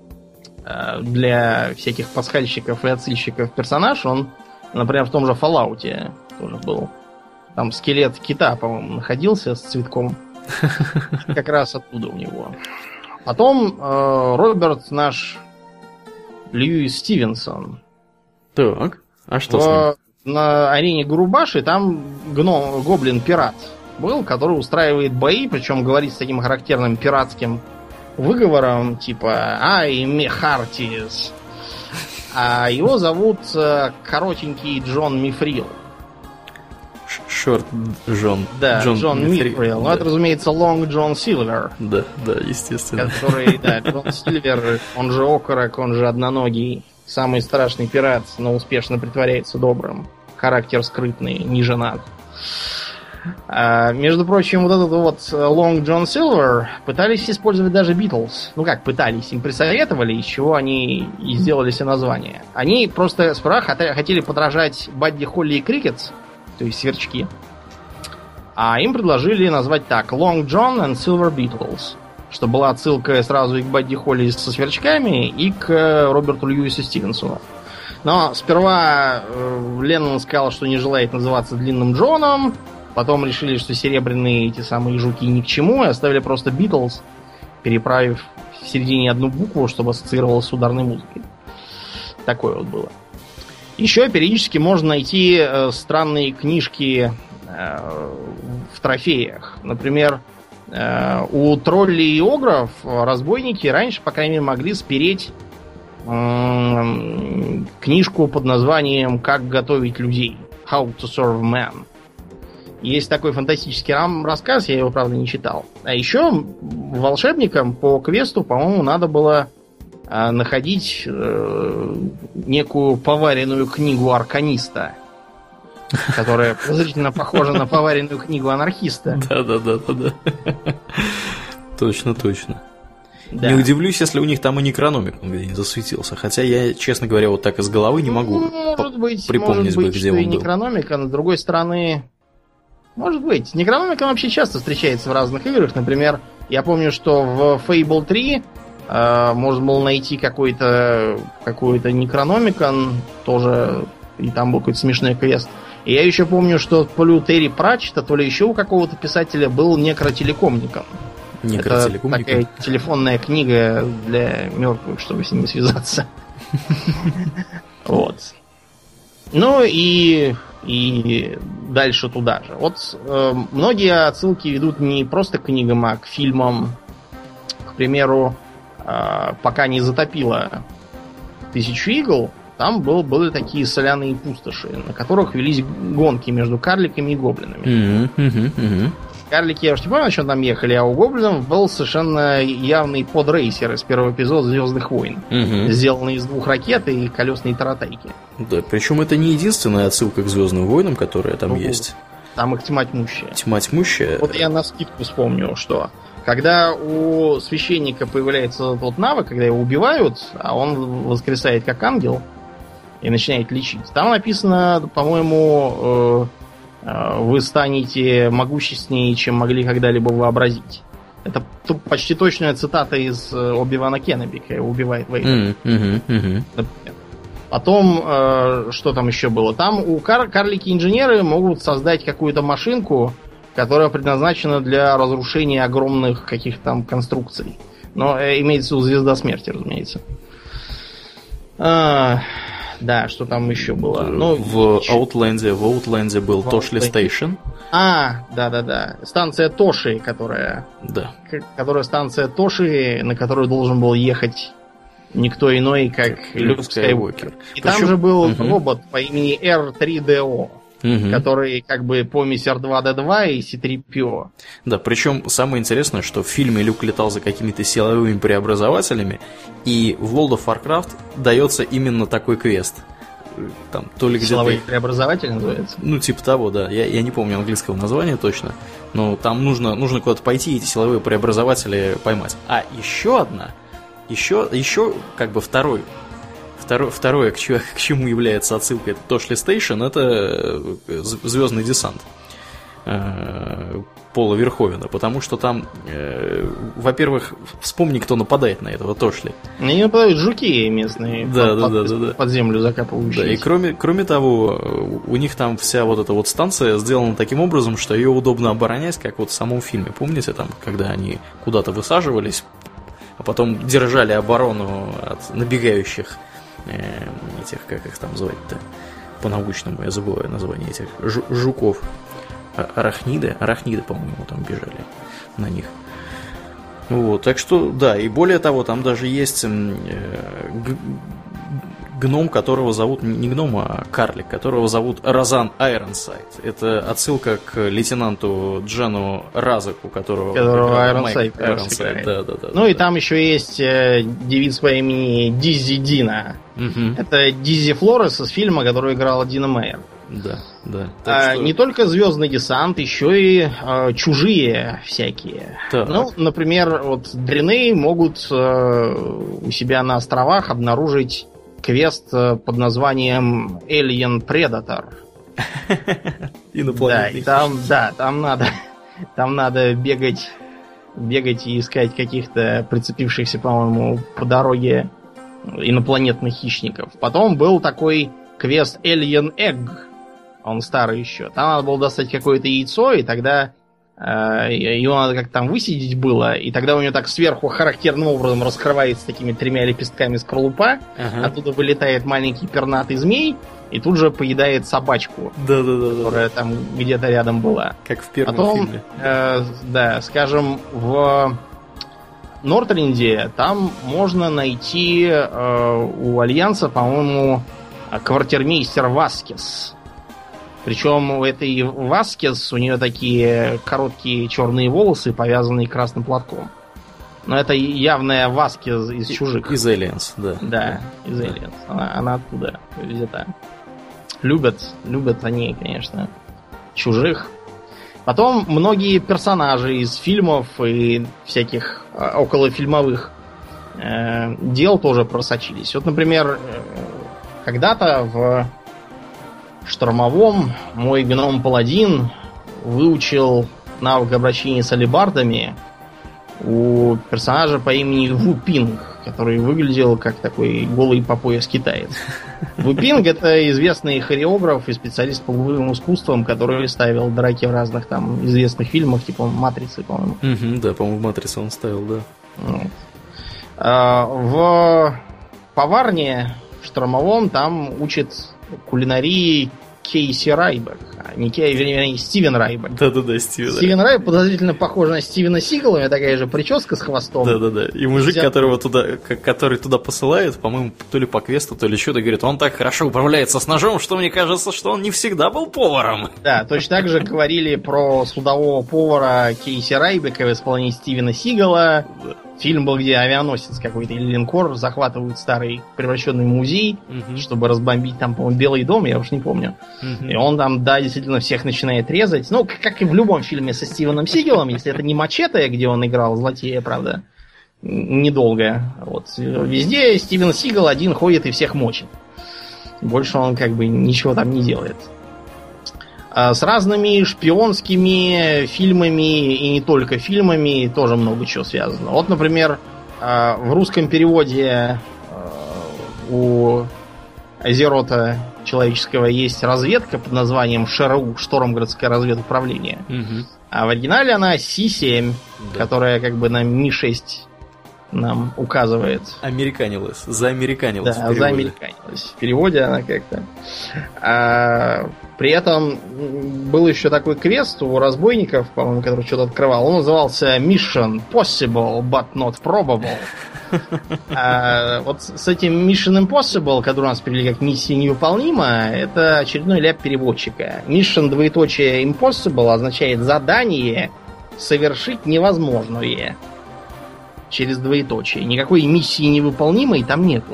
для всяких пасхальщиков и отсыльщиков персонаж. Он, например, в том же Fallout'е тоже был. Там скелет кита, по-моему, находился с цветком. Как раз оттуда у него. Потом Роберт наш Льюис Стивенсон. Так, а что с ним? На арене Гурубаши там гоблин-пират был, который устраивает бои, причем говорит с таким характерным пиратским выговором, типа «I me hearties». А его зовут коротенький Джон Мифрил. Шорт Джон. Да, Джон Мифрил. Ну, это, разумеется, Лонг Джон Сильвер. Да, естественно. Который, Джон Сильвер, он же окорок, он же одноногий. Самый страшный пират, но успешно притворяется добрым. Характер скрытный, не женат. Между прочим, вот этот вот Лонг Джон Сильвер пытались использовать даже Битлз. Ну как пытались, им присоветовали, из чего они и сделали себе название. Они просто сперва хотели подражать Бадди Холли и Крикетс, то есть сверчки. А им предложили назвать так: Long John and Silver Beatles. Что была отсылка сразу и к Бадди Холли со сверчками, и к Роберту Льюису Стивенсону. Но сперва Леннон сказал, что не желает называться Длинным Джоном. Потом решили, что серебряные эти самые жуки ни к чему, и оставили просто Beatles, переправив в середине одну букву, чтобы ассоциировалось с ударной музыкой. Такое вот было. Еще периодически можно найти странные книжки в трофеях. Например, у троллей и огров разбойники раньше, по крайней мере, могли спереть книжку под названием «Как готовить людей». How to serve men. Есть такой фантастический рассказ, я его, правда, не читал. А еще волшебникам по квесту, по-моему, надо было находить некую поваренную книгу арканиста, которая подозрительно похожа на поваренную книгу анархиста. Да. Точно. Да. Не удивлюсь, если у них там и Некрономикон где-нибудь засветился. Хотя я, честно говоря, вот так из головы не могу припомнить, где он был. Некрономикон, с другой стороны... Может быть. Некрономикон вообще часто встречается в разных играх. Например, я помню, что в Fable 3 можно было найти какой-то Некрономикон тоже, и там был какой-то смешной квест. И я еще помню, что то ли у Терри Пратчета, то ли еще у какого-то писателя был Некротелекомникон. Это такая телефонная книга для мертвых, чтобы с ними связаться. Вот. Ну и дальше туда же. Вот многие отсылки ведут не просто к книгам, а к фильмам. К примеру, пока не затопило Тысячу игл, там были такие соляные пустоши, на которых велись гонки между карликами и гоблинами. Карлики, я уж не помню, на чем там ехали, а у гоблинов был совершенно явный подрейсер из первого эпизода «Звездных войн», сделанный из 2 ракет и колесной таратайки. Да, причем это не единственная отсылка к «Звездным войнам», которая там есть. Там их тьма тьмущая. Тьма тьмущая. Вот я на скидку вспомнил, что когда у священника появляется тот навык, когда его убивают, а он воскресает как ангел и начинает лечить, там написано, по-моему... вы станете могущественнее, чем могли когда-либо вообразить. Это почти точная цитата из Оби-Вана Кеноби, когда его убивает Вейдер. Потом, что там еще было? Там у карлики-инженеры могут создать какую-то машинку, которая предназначена для разрушения огромных каких-то там конструкций. Но имеется в виду звезда смерти, разумеется. Да, что там еще было? В Outland'е был Тошли Стейшн. Да. Станция Тоши, которая станция Тоши, на которую должен был ехать никто иной, как Люк Скайуокер. И там же был робот по имени R3DO, который как бы помесь R2-D2 и C3PO. Да, причем самое интересное, что в фильме Люк летал за какими-то силовыми преобразователями, и в World of Warcraft дается именно такой квест. Там, то ли силовой преобразователь называется? Ну, типа того, да. Я не помню английского названия точно, но там нужно куда-то пойти и эти силовые преобразователи поймать. А еще как бы второе, к чему является отсылка, это Тошли Стейшн, это звездный десант Пола Верховена, потому что там, во-первых, вспомни, кто нападает на этого Тошли. На него нападают жуки местные, под землю закапывающиеся. Да, и кроме того, у них там вся вот эта вот станция сделана таким образом, что ее удобно оборонять, как вот в самом фильме. Помните, там, когда они куда-то высаживались, а потом держали оборону от набегающих этих, как их там звать-то, по-научному я забываю название этих жуков. Арахниды, по-моему, там бежали на них. Вот, так что, да, и более того, там даже есть гном, которого зовут, не гном, а карлик, которого зовут Розан Айронсайд. Это отсылка к лейтенанту Джану Разаку, которого Айронсайд. Да. Ну и там еще есть девица по имени Дизи Дина. Это Дизи Флорес из фильма, которую играла Дина Мейер. Да. Что... Не только звездный десант, еще и чужие всякие. Так. Ну, например, вот дрины могут у себя на островах обнаружить квест под названием Alien Predator. Инопланетный. Там надо бегать и искать каких-то прицепившихся, по-моему, по дороге инопланетных хищников. Потом был такой квест Alien Egg. Он старый еще. Там надо было достать какое-то яйцо, и тогда его надо как-то там высидеть было, и тогда у него так сверху характерным образом раскрывается такими 3 лепестками скорлупа, оттуда вылетает маленький пернатый змей, и тут же поедает собачку, которая там где-то рядом была. Как в первом фильме. Да, скажем, в Нортренде там можно найти у Альянса, по-моему, квартирмейстер Васкес. Причем у этой Васкес, у нее такие короткие черные волосы, повязанные красным платком. Но это явная Васкес из «Чужих». Из Aliens, да. Да, из Aliens. Она оттуда взята. Любят они, конечно, «Чужих». Потом многие персонажи из фильмов и всяких околофильмовых дел тоже просочились. Вот, например, когда-то в «Штормовом» мой гном-паладин выучил навык обращения с алебардами у персонажа по имени Вупинг, который выглядел как такой голый по пояс китаец. Вупинг — это известный хореограф и специалист по боевым искусствам, который ставил драки в разных там известных фильмах, типа «Матрицы», по-моему. Да, по-моему, «Матрицу» он ставил, да. Вот. В поварне в «Штормовом» там учит кулинарии Кейси Райбек, вернее, Стивен Райбек. Да-да-да, Стивен. Стивен Райбек подозрительно похож на Стивена Сигала, у него такая же прическа с хвостом. Да-да-да. И мужик, который туда посылает, по-моему, то ли по квесту, то ли что-то, говорит, он так хорошо управляется с ножом, что мне кажется, что он не всегда был поваром. Да, точно так же говорили про судового повара Кейси Райбека в исполнении Стивена Сигала. Фильм был, где авианосец какой-то или линкор захватывают старый превращенный музей, чтобы разбомбить там, по-моему, Белый дом, я уж не помню. И он там, да, действительно всех начинает резать. Ну, как и в любом фильме со Стивеном Сигалом, если это не «Мачете», где он играл злодея, правда, недолго. Вот. Везде Стивен Сигал один ходит и всех мочит. Больше он как бы ничего там не делает. С разными шпионскими фильмами и не только фильмами тоже много чего связано. Вот, например, в русском переводе у Азерота человеческого есть разведка под названием ШРУ, Штормградское разведуправление. А в оригинале она Си-7, которая как бы на Ми-6 нам указывает. Американилась, заамериканилась. Да, заамериканилась. В переводе она как-то. При этом был еще такой квест у разбойников, по-моему, который что-то открывал. Он назывался Mission Possible, but not probable. Вот с этим Mission Impossible, который у нас перевели как миссия невыполнима, это очередной ляп переводчика. Mission двоеточие Impossible означает задание совершить невозможное. Через двоеточие. Никакой миссии невыполнимой там нету.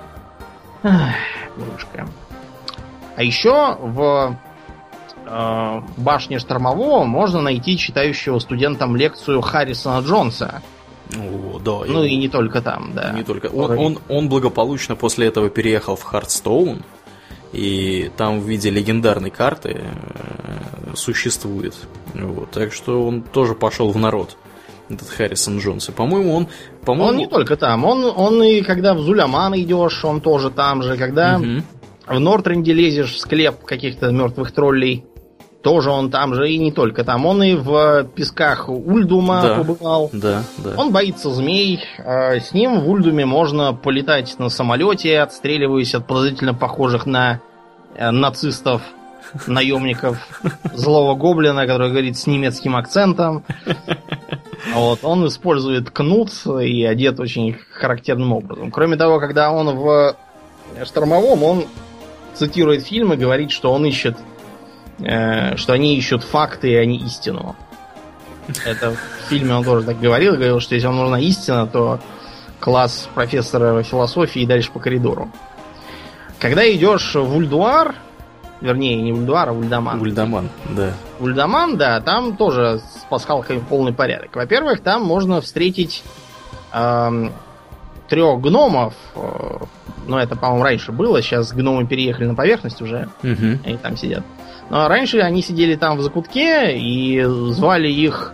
Дурушка. А еще в башне Штормового можно найти читающего студентам лекцию Харрисона Джонса. О, да. Ну и не только там, да. Не только. Он благополучно после этого переехал в Хардстоун, и там в виде легендарной карты существует. Вот. Так что он тоже пошел в народ. Этот Харрисон Джонс. И, по-моему, он не только там. Он и когда в Зуляман идешь, он тоже там же. Когда в Нортренде лезешь в склеп каких-то мертвых троллей, тоже он там же. И не только там. Он и в песках Ульдума побывал. Да. Он боится змей. С ним в Ульдуме можно полетать на самолете, отстреливаясь от подозрительно похожих на нацистов наемников злого гоблина, который говорит с немецким акцентом. Вот, он использует кнут и одет очень характерным образом. Кроме того, когда он в Штормовом, он цитирует фильм и говорит, что он ищет, что они ищут факты, а не истину. Это в фильме он тоже так говорил, что если вам нужна истина, то класс профессора философии и дальше по коридору. Когда идешь в Ульдуар, вернее, не Ульдуар, а Ульдаман. Ульдаман, да. Ульдаман, да, там тоже с пасхалками полный порядок. Во-первых, там можно встретить 3 гномов. Ну, это, по-моему, раньше было. Сейчас гномы переехали на поверхность уже. Они там сидят. Но раньше они сидели там в закутке и звали их,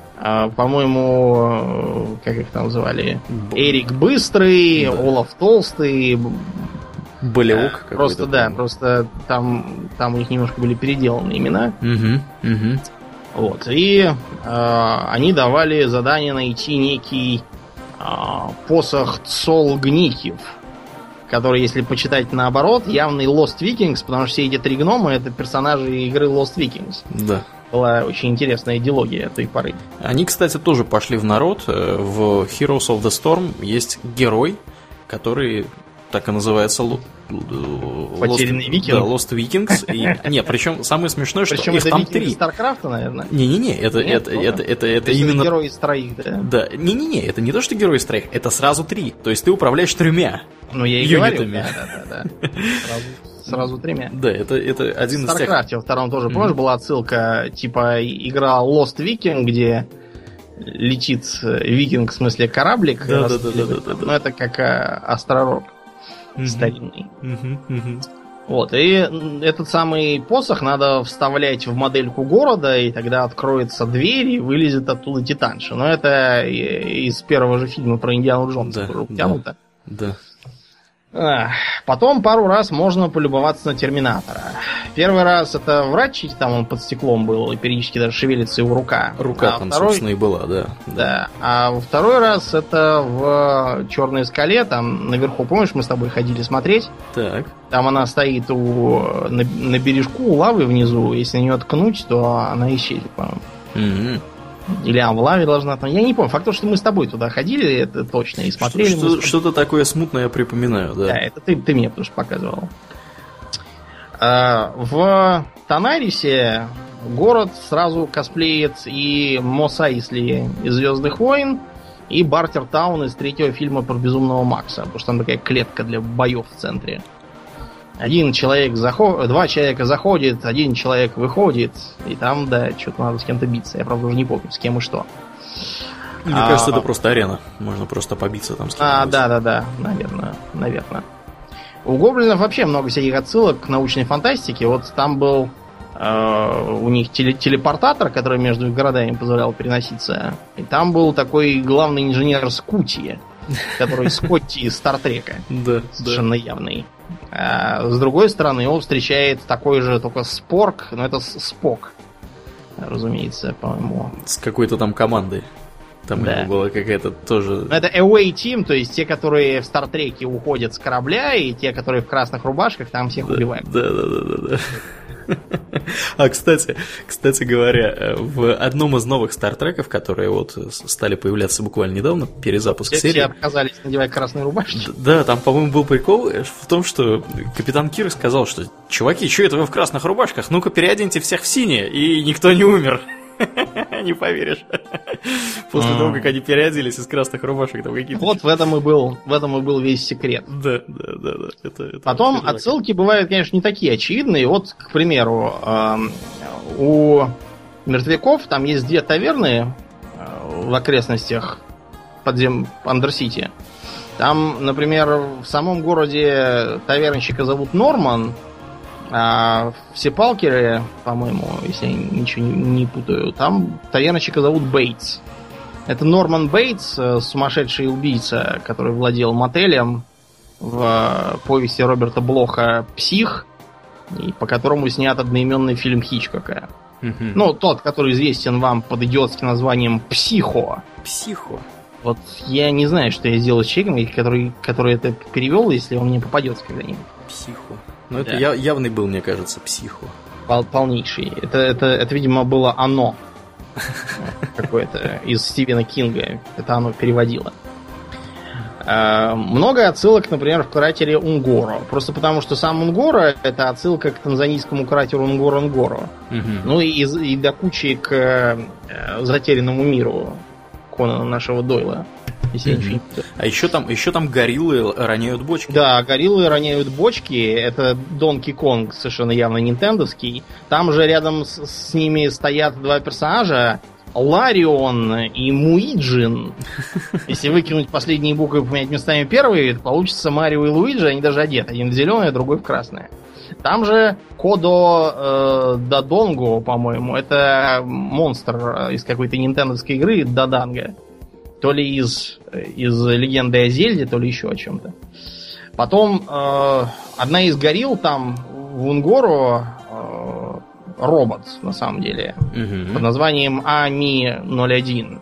по-моему, как их там звали? Эрик Быстрый, да. Олаф Толстый. Болевок какой-то. Просто, да, просто там у них немножко были переделаны имена. Вот. И они давали задание найти некий посох Цолгникив, который, если почитать наоборот, явный Lost Vikings, потому что все эти 3 гнома — это персонажи игры Lost Vikings. Да. Была очень интересная идеология той поры. Они, кстати, тоже пошли в народ. В Heroes of the Storm есть герой, который так и называется Потерянный викинг. Да, Lost Vikings. Не, причем самое смешное, что причем их там 3. Причем это Старкрафта, наверное? Не-не-не, это именно... герой из 3, да? Да, не-не-не, это не то, что герой из 3, это сразу 3. То есть ты управляешь 3 Ну, я и юнитами. Говорю, да. Сразу 3. Да, это один из тех... В Старкрафте во втором тоже, помнишь, была отсылка, типа игра Lost Viking, где летит викинг, в смысле кораблик. Да. Ну, это как Остророг старинный. Вот, и этот самый посох надо вставлять в модельку города, и тогда откроется дверь, и вылезет оттуда титанша. Но это из первого же фильма про Индиану Джонса уже утянуто. Да. Потом пару раз можно полюбоваться на Терминатора. Первый раз это в Ratchet, там он под стеклом был, и периодически даже шевелится его рука. Рука там, собственно, и была, да. Да. А во второй раз это в Черной скале, там наверху, помнишь, мы с тобой ходили смотреть? Так. Там она стоит на бережку у лавы внизу, если на нее ткнуть, то она исчезнет, по-моему. Или в лаве должна там. Я не помню. Факт, что мы с тобой туда ходили, это точно, и смотрели. Что-то такое смутное я припоминаю, да. Да, это ты мне потому что показывал. В Танарисе город сразу косплеит и Мос Айсли из Звездных войн, и Бартертаун из 3-го фильма про Безумного Макса, потому что там такая клетка для боев в центре. Два человека заходит, 1 человек выходит, и там, да, что-то надо с кем-то биться. Я, правда, уже не помню, с кем и что. Мне кажется, это просто арена. Можно просто побиться там с кем-то. Да, наверное. У Гоблинов вообще много всяких отсылок к научной фантастике. Вот там был у них телепортатор, который между городами позволял переноситься. И там был такой главный инженер Скути, который Скотти из Стартрека. Да. Совершенно явный. А с другой стороны, его встречает такой же, только Спорк, но это Спок, разумеется, по-моему. С какой-то там командой. Там да. была какая-то тоже... Это away team, то есть те, которые в Стартреке уходят с корабля, и те, которые в красных рубашках, там всех убивают. Да. А, кстати говоря, в одном из новых стартреков, которые вот стали появляться буквально недавно, перезапуск серии... Все отказались надевать красные рубашки. Да, там, по-моему, был прикол в том, что капитан Кирк сказал, что чуваки, что это вы в красных рубашках? Ну-ка переоденьте всех в синие, и никто не умер. Не поверишь. После того, как они переоделись из красных рубашек, там какие-то... Вот в этом и был весь секрет. Да. Потом отсылки бывают, конечно, не такие очевидные. Вот, к примеру, у мертвяков там есть 2 таверны в окрестностях Андер-Сити. Там, например, в самом городе тавернщика зовут Норман, а в Сепалкере, по-моему, если я ничего не путаю, там тавернщика зовут Бейтс. Это Норман Бейтс, сумасшедший убийца, который владел мотелем в повести Роберта Блоха «Псих», и по которому снят одноименный фильм Хичкока. Ну, тот, который известен вам под идиотским названием «Психо». «Психо». Вот я не знаю, что я сделал с человеком, который это перевел, если он мне попадется когда-нибудь. «Психо». Ну, это явный был, мне кажется, «Психо». Полнейший. Это, видимо, было «Оно». Какое-то из Стивена Кинга. Это оно переводило. Много отсылок, например, в кратере Унгоро. Просто потому, что сам Унгоро — это отсылка к танзанийскому кратеру Нгоро-Нгоро. Ну и до кучи к затерянному миру Конана нашего Дойла. А еще там гориллы роняют бочки. Да, гориллы роняют бочки. Это Донки Конг, совершенно явно нинтендовский. Там же рядом с ними стоят 2 персонажа, Ларион и Муиджин. Если выкинуть последние буквы и поменять местами первые, получится Марио и Луиджи, они даже одеты. Один в зеленое, другой в красное. Там же Кодо Дадонго, по-моему. Это монстр из какой-то нинтендовской игры Даданга. То ли из легенды о Зельде, то ли еще о чем-то. Потом одна из горилл там в Унгоро робот, на самом деле, под названием Ами-01.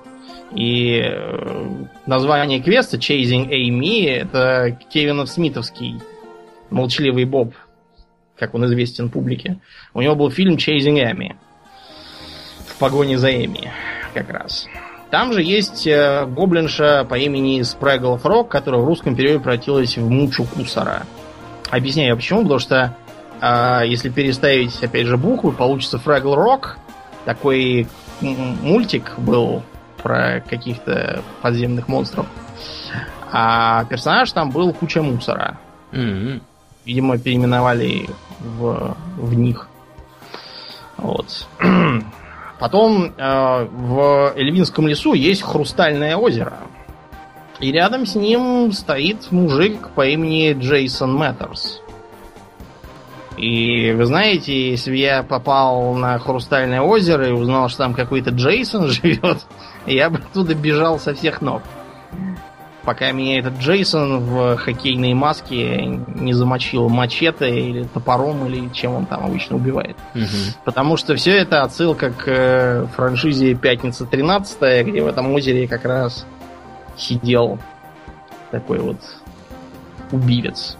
И название квеста Chasing Amy это Кевинов-Смитовский молчаливый Боб, как он известен публике. У него был фильм Chasing Amy. В погоне за Эми, как раз. Там же есть гоблинша по имени Спрэгл Фрог, которая в русском переводе превратилась в Мучу Кусара. Объясняю почему, потому что если переставить, опять же, буквы, получится Фрэгл Рок. Такой мультик был про каких-то подземных монстров. А персонаж там был Куча Мусора. Mm-hmm. Видимо, переименовали в них. Вот. Потом в Эльвинском лесу есть Хрустальное озеро. И рядом с ним стоит мужик по имени Джейсон Мэттерс. И вы знаете, если бы я попал на Хрустальное озеро и узнал, что там какой-то Джейсон живет, я бы оттуда бежал со всех ног. Пока меня этот Джейсон в хоккейной маске не замочил мачете или топором, или чем он там обычно убивает. Угу. Потому что все это отсылка к франшизе «Пятница 13-я», где в этом озере как раз сидел такой вот убивец.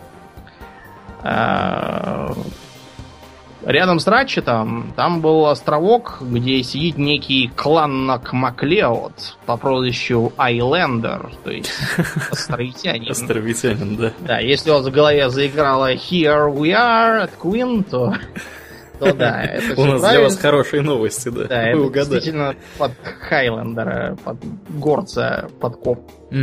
Рядом с Ратчетом там был островок, где сидит некий Кланнак Маклеод по прозвищу Айлендер, то есть островитянин. Островитянин, да. Да, если у вас в голове заиграла Here We Are от Queen, то да, это у нас для вас хорошие новости, да. Да, это действительно под Хайлендера, под горца, под коп.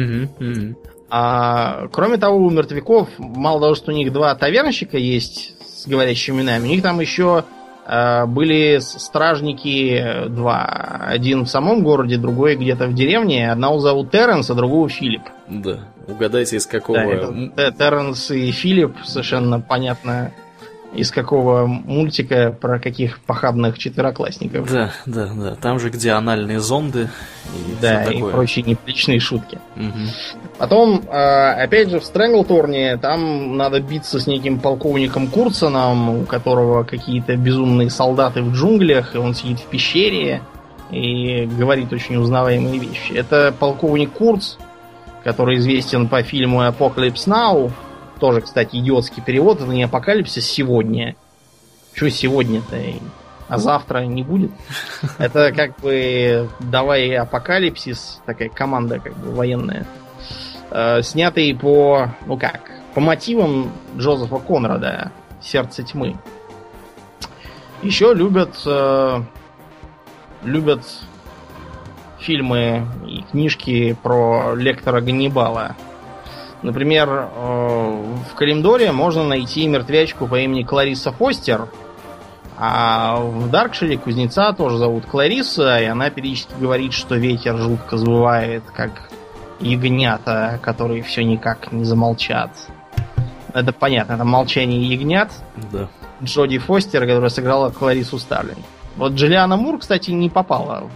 Кроме того, у мертвяков, мало того, что у них два тавернщика есть с говорящими именами, у них там еще были стражники два. Один в самом городе, другой где-то в деревне. Одного зовут Терренс, а другого Филипп. Да, угадайте, из какого... Да, Терренс и Филипп, совершенно понятно, из какого мультика, про каких похабных четвероклассников. Да. Там же, где анальные зонды и да, все и такое. прочие неприличные шутки. Угу. Потом, опять же, в Стрэнглторне там надо биться с неким полковником Курценом, у которого какие-то безумные солдаты в джунглях, и он сидит в пещере и говорит очень узнаваемые вещи. Это полковник Курц, который известен по фильму «Apocalypse Now». Тоже, кстати, идиотский перевод. Это не апокалипсис сегодня. Чего сегодня-то? А завтра не будет? Это как бы «Давай апокалипсис», такая команда как бы военная. Снятый по мотивам Джозефа Конрада «Сердце тьмы». Еще любят фильмы и книжки про лектора Ганнибала. Например, в Калимдоре можно найти мертвячку по имени Кларисса Фостер, а в Даркшире кузнеца тоже зовут Кларисса, и она периодически говорит, что ветер жутко завывает, как ягнята, которые все никак не замолчат. Это понятно, это молчание ягнят. Да. Джоди Фостер, которая сыграла Клариссу Старлинг. Вот Джулиана Мур, кстати, не попала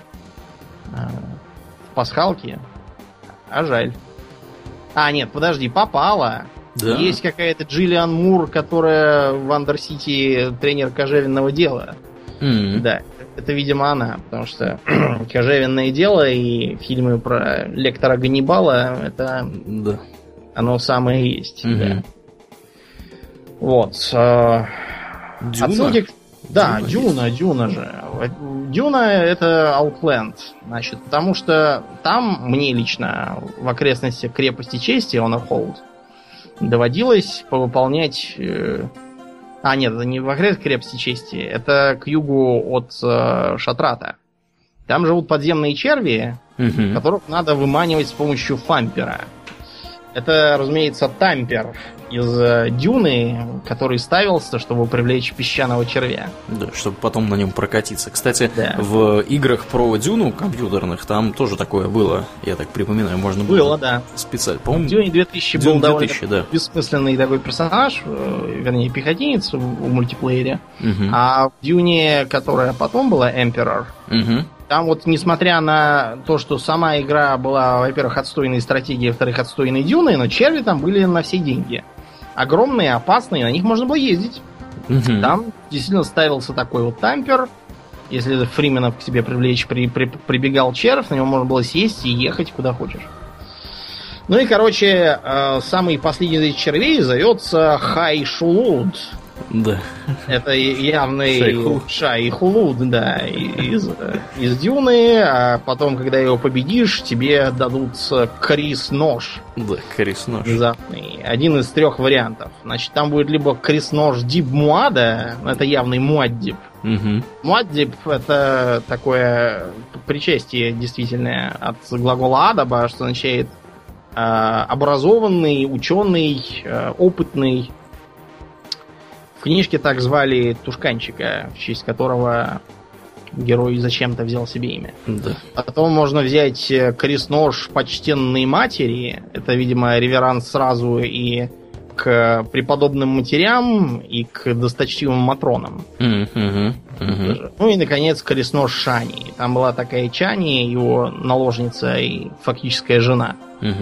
в пасхалки, а жаль. Нет, подожди, попала. Да. Есть какая-то Джиллиан Мур, которая в Андер-Сити тренер кожевенного дела. Да, это, видимо, она, потому что кожевенное дело и фильмы про лектора Ганнибала, это оно самое и есть. Да. Вот. Дюна? Отсылки... Да, Дюна же. Дюна это Outland, значит, потому что там мне лично в окрестностях крепости Чести, Honor доводилось повыполнять... нет, это не в окрестностях крепости Чести, это к югу от Шатрата. Там живут подземные черви, которых надо выманивать с помощью фампера. Это, разумеется, тампер из Дюны, который ставился, чтобы привлечь песчаного червя. Да, чтобы потом на нем прокатиться. Кстати, в играх про Дюну компьютерных там тоже такое было. Я так припоминаю, можно было да. Специально. По-моему, в Дюне 2000 был довольно бессмысленный такой персонаж, вернее, пехотинец в мультиплеере. А в Дюне, которая потом была, Emperor, там вот, несмотря на то, что сама игра была, во-первых, отстойной стратегией, во-вторых, отстойной Дюной, но черви там были на все деньги. Огромные, опасные, на них можно было ездить. Там действительно ставился такой вот тампер, Если фрименов к себе привлечь, прибегал червь, на него можно было сесть и ехать куда хочешь. Ну и, короче, самый последний из этих червей зовется Хай-Шулуд. Да. Это явный Шай-Хулуд, да, из Дюны, а потом, когда его победишь, тебе дадут Крис-нож. Да, Крис-нож. Внезапный. Один из 3 вариантов. Значит, там будет либо Крис-нож Диб-Муада, это явный Муаддиб. Угу. Муаддиб — это такое причастие действительное от глагола адаба, что означает образованный, ученый, опытный. В книжке так звали тушканчика, в честь которого герой зачем-то взял себе имя. Да. Потом можно взять Крис-нож почтенной матери. Это, видимо, реверанс сразу и к преподобным матерям, и к досточтимым матронам. Ну и, наконец, Крис-нож Шани. Там была такая Чани, его наложница и фактическая жена.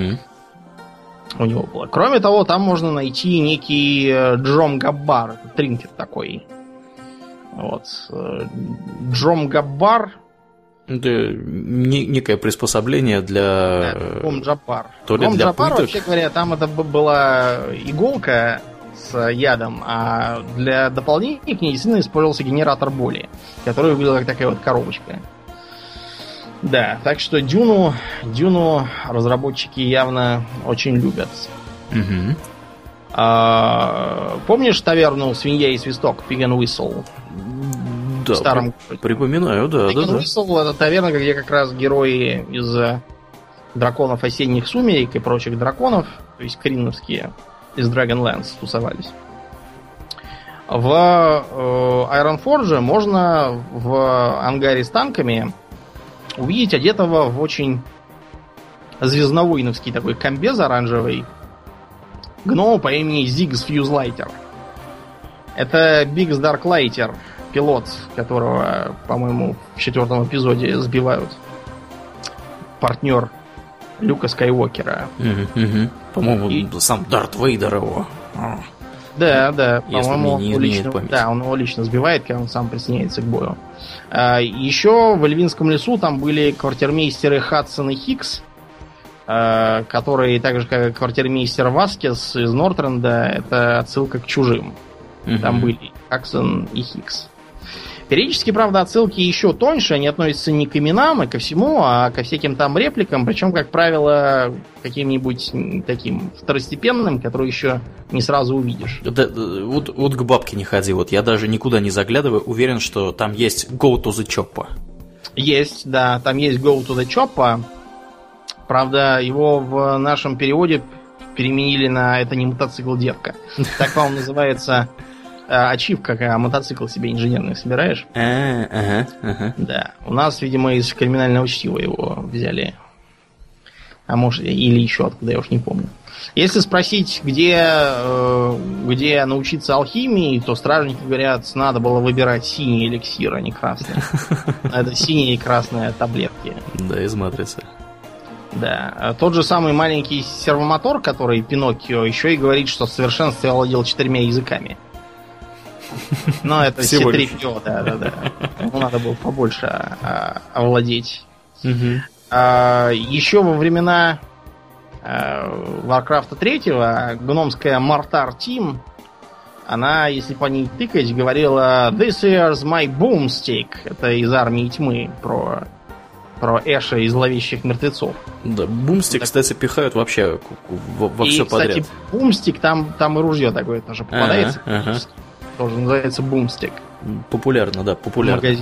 У него было. Кроме того, там можно найти некий Джом Габбар. Тринкет такой. Вот. Джом Габбар. Это некое приспособление для... Гом Джаббар. Гом Джаббар, вообще говоря, там это была иголка с ядом, а для дополнения к ней действительно использовался генератор боли, который выглядел как такая вот коробочка. Да, так что Дюну разработчики явно очень любят. Угу. Помнишь таверну «Свинья и свисток» Pig and Whistle? Да, в старом припоминаю, да. Pig and Whistle — это таверна, где как раз герои из драконов осенних сумерек и прочих драконов, то есть криновские, из Dragonlance тусовались. В Ironforge можно в ангаре с танками увидеть одетого в очень звездновойновский такой комбез оранжевый гнома по имени Зигс Фьюзлайтер. Это Бигс Дарклайтер, пилот, которого, по-моему, в 4 эпизоде сбивают. Партнер Люка Скайуокера. По-моему, сам Дарт Вейдер его. Да, если по-моему, мне не изменяет память. Да, он его лично сбивает, когда он сам присоединяется к бою. Еще в Эльвинском лесу там были квартирмейстеры Хадсон и Хикс, которые, так же как и квартирмейстер Васкес из Нортренда, это отсылка к Чужим. Там были Хадсон и Хикс. Периодически, правда, отсылки еще тоньше, они относятся не к именам и ко всему, а ко всяким там репликам, причем, как правило, каким-нибудь таким второстепенным, который еще не сразу увидишь. Да, вот к бабке не ходи, вот я даже никуда не заглядываю, уверен, что там есть Go to the Choppa. Есть, да, там есть Go to the Choppa. Правда, его в нашем переводе переменили на «это не мотоцикл, детка». Так, по-моему, называется... ачивка, когда мотоцикл себе инженерный собираешь. Да. У нас, видимо, из криминального чтива его взяли. А может, или еще откуда, я уж не помню. Если спросить, где научиться алхимии, то стражники говорят, надо было выбирать синий эликсир, а не красный. Это синие и красные таблетки. Да, из матрицы. Да. Тот же самый маленький сервомотор, который Пиноккио, еще и говорит, что в совершенстве овладел 4 языками. Но это C-3PO, да. Ему надо было побольше овладеть. Еще во времена Warcraft 3 гномская Мартар Тим, она, если по ней тыкать, говорила «This is my boomstick». Это из Армии Тьмы, про Эша из Зловещих мертвецов. Да, бумстик, кстати, пихают вообще во все подряд. И, кстати, бумстик, там и ружье такое тоже попадается. Тоже называется бумстик. Популярно, да, популярно. Магазин,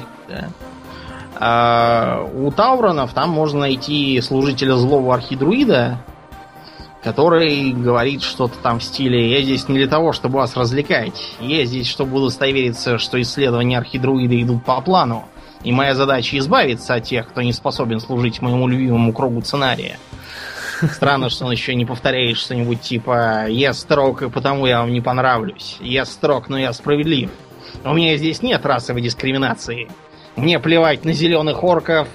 да. У Тауронов там можно найти служителя злого архидруида, который говорит что-то там в стиле «Я здесь не для того, чтобы вас развлекать. Я здесь, чтобы удостовериться, что исследования архидруида идут по плану. И моя задача избавиться от тех, кто не способен служить моему любимому кругу сценария». Странно, что он еще не повторяет что-нибудь типа «Я строг, и потому я вам не понравлюсь. Я строг, но я справедлив. У меня здесь нет расовой дискриминации. Мне плевать на зеленых орков,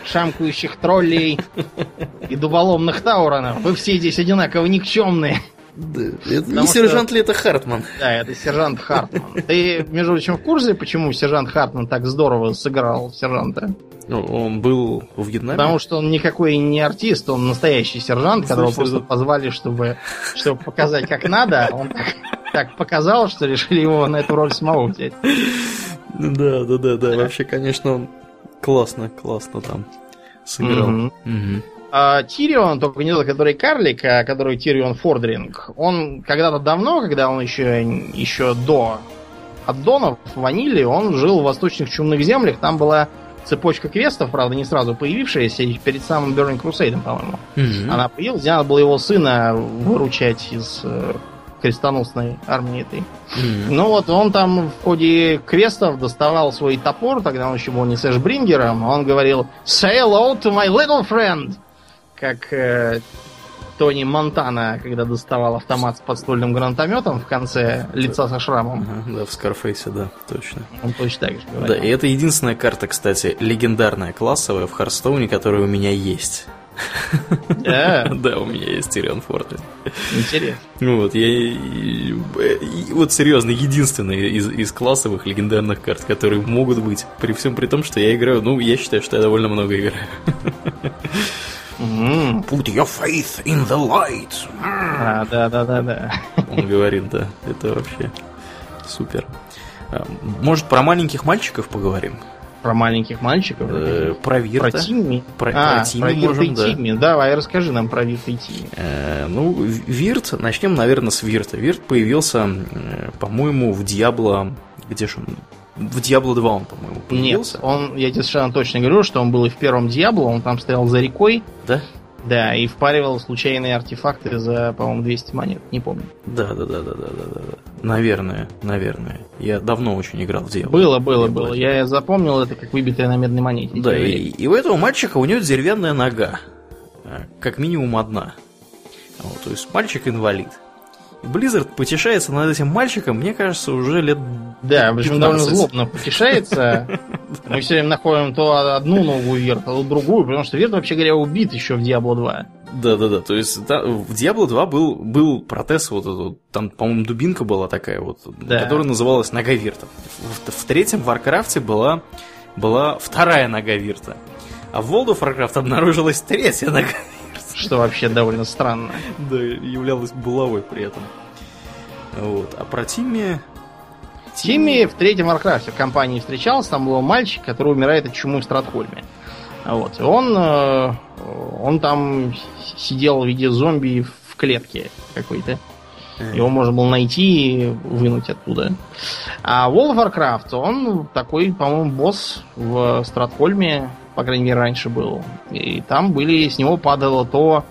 шамкающих троллей и дуболомных тауронов. Вы все здесь одинаково никчемные. Это не сержант ли это Хартман? Да, это сержант Хартман. Ты, между прочим, в курсе, почему сержант Хартман так здорово сыграл сержанта? Он был в Вьетнаме? Потому что он никакой не артист, он настоящий сержант, которого просто позвали, чтобы показать, как надо. Он так показал, что решили его на эту роль самого взять. Да. Вообще, конечно, он классно там сыграл. А Тирион, только не тот, который карлик, а который Тирион Фордринг, он когда-то давно, когда он еще до аддонов ванили, он жил в восточных чумных землях, там была цепочка квестов, правда, не сразу появившаяся, перед самым Burning Crusade, по-моему. Она появилась, где надо было его сына выручать из крестоносной армии этой. Ну вот, он там в ходе квестов доставал свой топор, тогда он еще был не Сэшбрингером, он говорил «Say hello to my little friend», как Тони Монтана, когда доставал автомат с подствольным гранатометом в конце лица со шрамом. Да, в Скарфейсе, да, точно. Он точно так же говорил. Да, и это единственная карта, кстати, легендарная, классовая в Харстоуне, которая у меня есть. Да, у меня есть Тирион Фордринг. Интересно. Вот, вот серьезно, единственная из классовых легендарных карт, которые могут быть, при всем при том, что я играю, я считаю, что я довольно много играю. Put your faith in the light. Да. Он говорит, да, это вообще супер. Может, про маленьких мальчиков поговорим? Про маленьких мальчиков? Про Вирта. Про Тимми? Про Тимми можем, да. Тимми. Давай, расскажи нам про Вирта и Тимми. Вирт, начнем, наверное, с Вирта. Вирт появился, по-моему, в Диабло... Где же он? В Диабло 2 он, по-моему, появился. Нет, я тебе совершенно точно говорю, что он был и в первом Диабло, он там стоял за рекой. Да? Да, и впаривал случайные артефакты за, по-моему, 200 монет, не помню. Да. Наверное. Я давно очень играл в Диабло. Было. Я запомнил это как выбитое на медной монете. Да, и у этого мальчика у него деревянная нога. Как минимум одна. Вот, то есть мальчик инвалид. Blizzard потешается над этим мальчиком, мне кажется, уже лет 15. Да, причем довольно злобно потешается. Мы все время находим то одну ногу Вирта, то другую, потому что Вирт, вообще говоря, убит еще в Diablo 2. Да. То есть в Diablo 2 был протез, вот этот, там, по-моему, дубинка была такая вот, которая называлась нога Вирта. В третьем Warcraft'е была вторая нога Вирта. А в World of Warcraft обнаружилась третья нога Вирта. Что вообще довольно странно. Да, являлась булавой при этом. Вот. А про Тимми... Тимми в третьем Warcraft'е в компании встречался, там был мальчик, который умирает от чумы в Стратхольме. Вот. И он там сидел в виде зомби в клетке какой-то. Его можно было найти и вынуть оттуда. А World of Warcraft, он такой, по-моему, босс в Стратхольме, по крайней мере, раньше был. И там с него падала то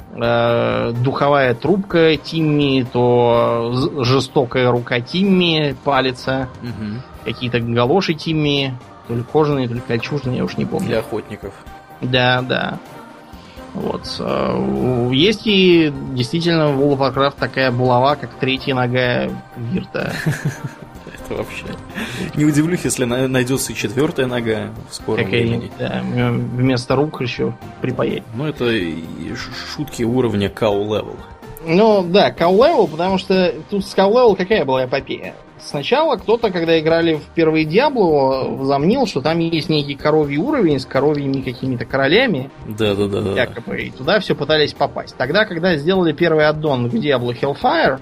духовая трубка Тимми, то жестокая рука Тимми палится, какие-то галоши Тимми, то ли кожаные, то ли кольчужные, я уж не помню. Для охотников. Да. Вот. Есть и действительно в World of Warcraft такая булава, как третья нога Вирта. Это вообще... Не удивлюсь, если найдется и четвертая нога в скором времени. Да, вместо рук еще припаять. Это шутки уровня cow level. Да, cow level, потому что тут с cow level какая была эпопея? Сначала кто-то, когда играли в первые Диабло, возомнил, что там есть некий коровий уровень с коровьими какими-то королями. Да. Якобы, и туда все пытались попасть. Тогда, когда сделали первый аддон в Diablo Hellfire,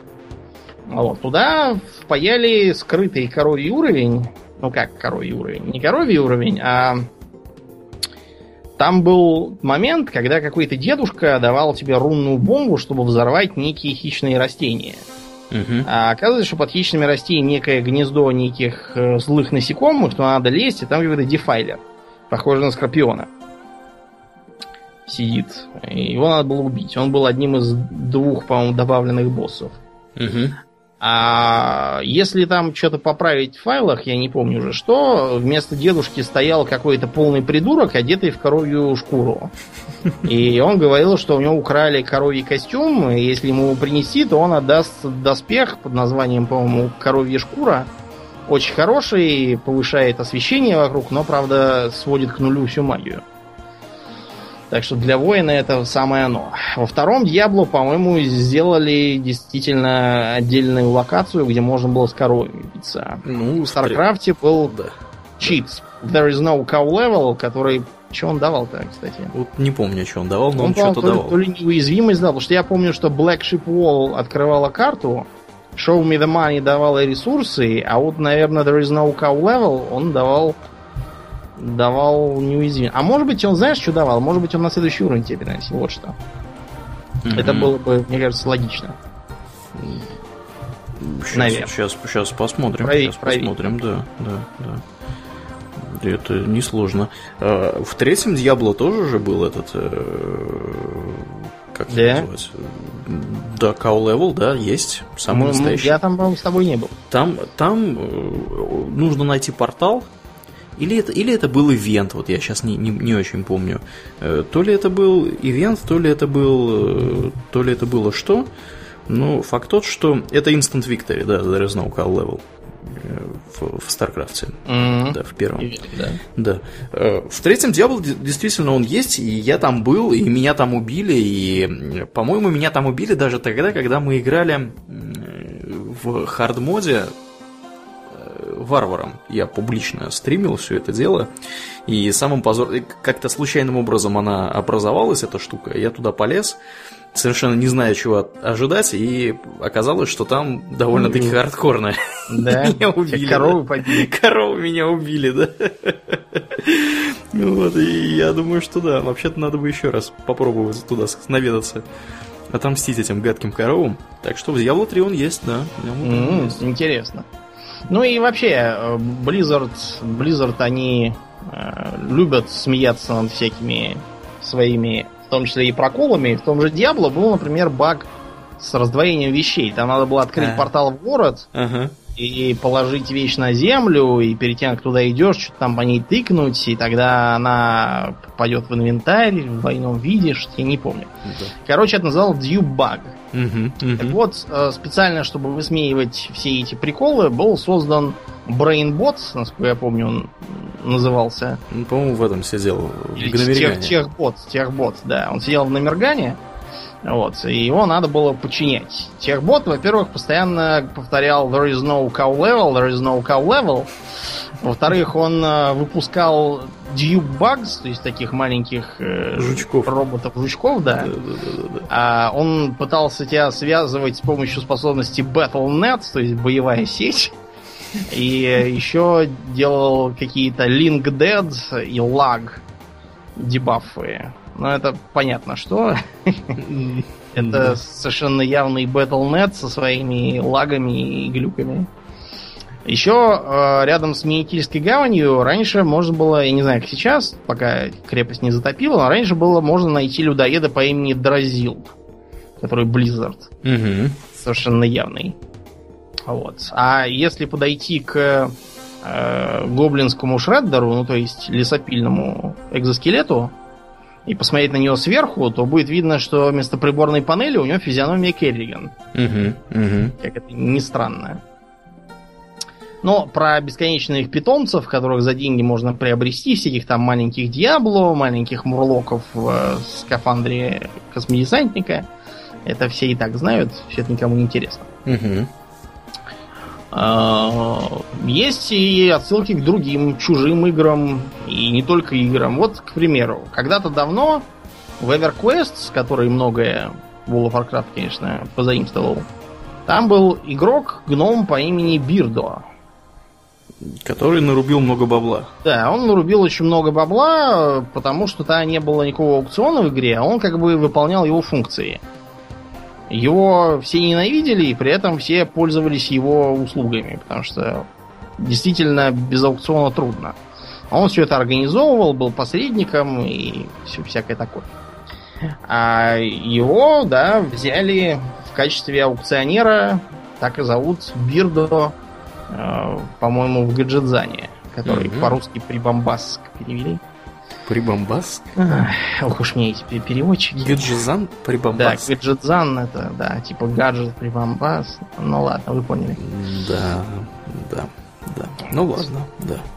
туда впаяли скрытый коровий уровень. Как коровий уровень? Не коровий уровень, а там был момент, когда какой-то дедушка давал тебе рунную бомбу, чтобы взорвать некие хищные растения. А оказывается, что под хищными растениями некое гнездо неких злых насекомых, то надо лезть, и там какой-то дефайлер, похожий на скорпиона, сидит. И его надо было убить. Он был одним из 2, по-моему, добавленных боссов. А если там что-то поправить в файлах, я не помню уже что, вместо дедушки стоял какой-то полный придурок, одетый в коровью шкуру. И он говорил, что у него украли коровий костюм, и если ему принести, то он отдаст доспех под названием, по-моему, коровья шкура. Очень хороший, повышает освещение вокруг, но, правда, сводит к нулю всю магию. Так что для воина это самое оно. Во втором Diablo, по-моему, сделали действительно отдельную локацию, где можно было с коровами биться. Ну, в StarCraft был чит There is no cow level, который... Что он давал-то, кстати? Вот не помню, что он давал, но он что-то давал. То ли неуязвимость дал, потому что я помню, что Black Ship Wall открывала карту, Show Me the Money давала ресурсы, а вот, наверное, There is no cow level он давал неуязвимость. А может быть, он, знаешь, что давал? Может быть, он на следующий уровень тебе переносил. Вот что. Это было бы, мне кажется, логично. Наверное. Сейчас посмотрим. Посмотрим, да. Это несложно. В третьем Diablo тоже же был этот... Как это называется? Да, Cow Level, да, есть. Самый настоящий. Я там, по-моему, с тобой не был. Там нужно найти портал. Или это был ивент, вот я сейчас не очень помню. То ли это был ивент, то ли это было что. Но факт тот, что это Instant Victory, да, There is no Cow Level в StarCraft. Да, в первом. Да. В третьем Diablo действительно он есть, и я там был, и меня там убили, и, по-моему, меня там убили даже тогда, когда мы играли в хардмоде варваром. Я публично стримил все это дело, и самым позорным... Как-то случайным образом она образовалась, эта штука, я туда полез, совершенно не зная, чего ожидать, и оказалось, что там довольно-таки хардкорно. Да, меня убили. Коровы побили. Коровы меня убили, да. Вот, и я думаю, что да, вообще-то надо бы еще раз попробовать туда наведаться, отомстить этим гадким коровам. Так что в Diablo 3 он есть, да. Интересно. Ну и вообще, Blizzard они любят смеяться над всякими своими, в том числе и проколами. В том же Diablo был, например, баг с раздвоением вещей. Там надо было открыть портал в город и положить вещь на землю, и перед тем, как туда идешь, что-то там по ней тыкнуть, и тогда она попадет в инвентарь в двойном виде, что я не помню. Короче, это называл Dupe Bug. Так вот, специально, чтобы высмеивать все эти приколы, был создан BrainBot, насколько я помню, он назывался. Ну, по-моему, в этом сидел. В Намергане. Техбот, да. Он сидел в Намергане, вот, и его надо было подчинять. Техбот, во-первых, постоянно повторял There is no cow level, there is no cow level. Во-вторых, он выпускал Dupe Bugs, то есть таких маленьких роботов-жучков, да. А он пытался тебя связывать с помощью способности Battle.net, то есть боевая сеть. И еще делал какие-то Link Dead и Lag дебафы. Но это понятно, что. Это совершенно явный Battle.net со своими лагами и глюками. Еще рядом с Менетильской гаванью раньше можно было, я не знаю, как сейчас, пока крепость не затопила, но раньше было можно найти людоеда по имени Дразил, который Blizzard. Совершенно явный. Вот. А если подойти к гоблинскому шреддеру, ну то есть лесопильному экзоскелету, и посмотреть на него сверху, то будет видно, что вместо приборной панели у него физиономия Керриган. Как это ни странно. Но про бесконечных питомцев, которых за деньги можно приобрести, всяких там маленьких Диабло, маленьких мурлоков в скафандре космодесантника, это все и так знают, все это никому не интересно. Есть и отсылки к другим чужим играм, и не только играм. Вот, к примеру, когда-то давно в EverQuest, который многое World of Warcraft, конечно, позаимствовал, там был игрок-гном по имени Бирдо. Который нарубил много бабла. Да, он нарубил очень много бабла, потому что там не было никакого аукциона в игре, а он как бы выполнял его функции. Его все ненавидели, и при этом все пользовались его услугами, потому что действительно без аукциона трудно. Он все это организовывал, был посредником и все всякое такое. А его, да, взяли в качестве аукционера, так и зовут Бирдо, по-моему, в Гаджетзане, который по-русски Прибамбаск перевели. Прибамбаск? Ох уж мне эти переводчики. Гаджетзан Прибамбаск? Да, Гаджетзан это, да, типа гаджет Прибамбаск. Ну ладно, вы поняли. Да. Ну ладно, да.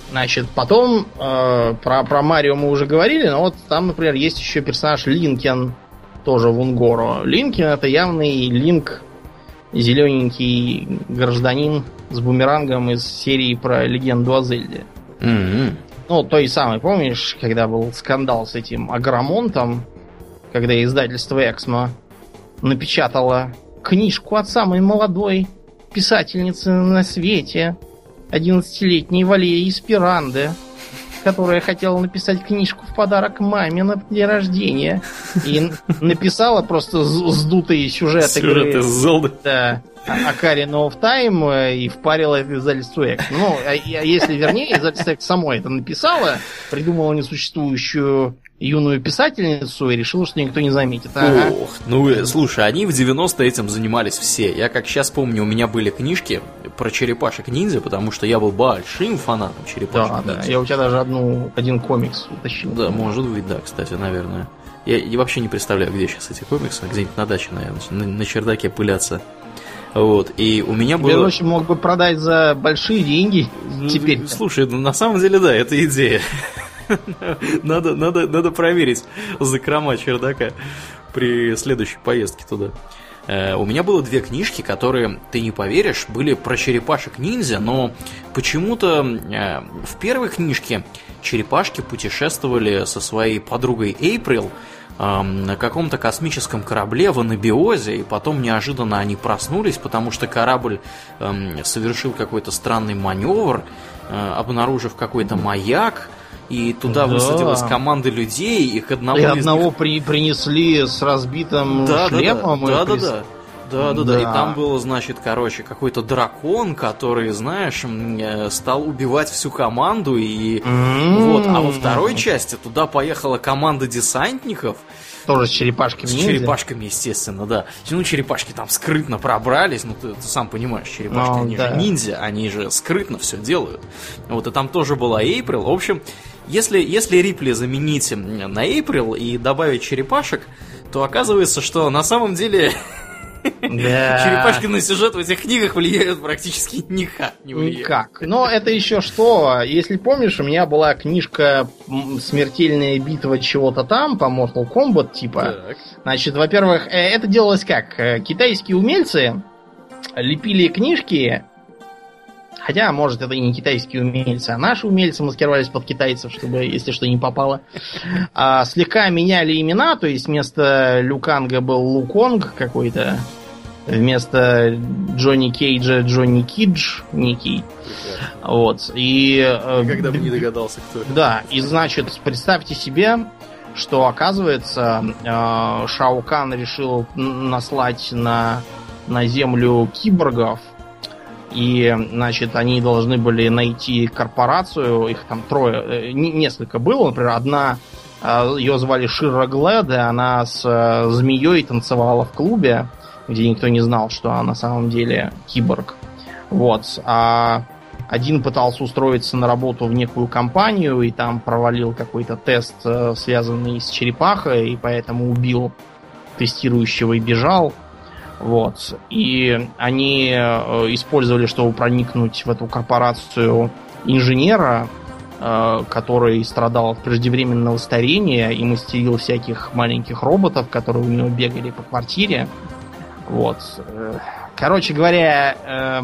Значит, потом про Марио мы уже говорили, но вот там, например, есть еще персонаж Линкен, тоже в Унгоро. Линкен — это явный Линк, зелененький гражданин с бумерангом из серии про легенду о Зельде. Mm-hmm. Ну, той самой, помнишь, когда был скандал с этим Агромонтом, когда издательство Эксмо напечатало книжку от самой молодой писательницы на свете, 11-летней Валерии Спиранде, которая хотела написать книжку в подарок маме на день рождения. И написала просто сдутые сюжеты игры с Зелды. Да, Ocarina of Time и впарила в издательство Экс. Ну, а если вернее, издательство Экс само это написало, придумала несуществующую юную писательницу и решила, что никто не заметит. Ага. Ох, ну, слушай, они в 90-е этим занимались все. Я как сейчас помню, у меня были книжки про черепашек-ниндзя, потому что я был большим фанатом черепашек-ниндзя. Да, я у тебя даже один комикс утащил. Да, может быть, да, кстати, наверное. Я вообще не представляю, где сейчас эти комиксы, где-нибудь на даче, наверное, на чердаке пылятся. Вот, и у меня было... Ты очень мог бы продать за большие деньги теперь. Слушай, на самом деле, да, это идея. Надо проверить закрома чердака при следующей поездке туда. У меня было 2 книжки, которые, ты не поверишь, были про черепашек-ниндзя, но почему-то в первой книжке черепашки путешествовали со своей подругой Эйприл на каком-то космическом корабле в анабиозе, и потом неожиданно они проснулись, потому что корабль совершил какой-то странный маневр, обнаружив какой-то маяк, и туда высадилась команда людей, их одного принесли с разбитым шлемом. Да. И там был, значит, какой-то дракон, который, знаешь, стал убивать всю команду. И вот. А во второй части туда поехала команда десантников. Тоже с черепашками ниндзя? С черепашками, естественно, да. Ну, черепашки там скрытно пробрались. Ну, ты сам понимаешь, черепашки, они же ниндзя, они же скрытно все делают. Вот, и там тоже была Эйприл. В общем, если Рипли заменить на Эйприл и добавить черепашек, то оказывается, что на самом деле... черепашки на сюжет в этих книгах влияют практически никак. Никак. Но это еще что? Если помнишь, у меня была книжка «Смертельная битва чего-то там» по Mortal Kombat типа. Так. Значит, во-первых, это делалось как? Китайские умельцы лепили книжки, хотя, может, это и не китайские умельцы, а наши умельцы маскировались под китайцев, чтобы, если что, не попало. Слегка меняли имена, то есть вместо Люканга был Луконг какой-то, вместо Джонни Кейджа Джонни Кидж некий. Вот. И... Никогда бы не догадался, кто это. Да, и, значит, представьте себе, что, оказывается, Шао Кан решил наслать на землю киборгов. И, значит, они должны были найти корпорацию, их там трое, несколько было, например, одна, ее звали Шира Глэд, и она с змеей танцевала в клубе, где никто не знал, что она на самом деле киборг. Вот. А один пытался устроиться на работу в некую компанию, и там провалил какой-то тест, связанный с черепахой, и поэтому убил тестирующего и бежал. Вот. И они использовали, чтобы проникнуть в эту корпорацию, инженера, который страдал от преждевременного старения и мастерил всяких маленьких роботов, которые у него бегали по квартире. Вот. Короче говоря,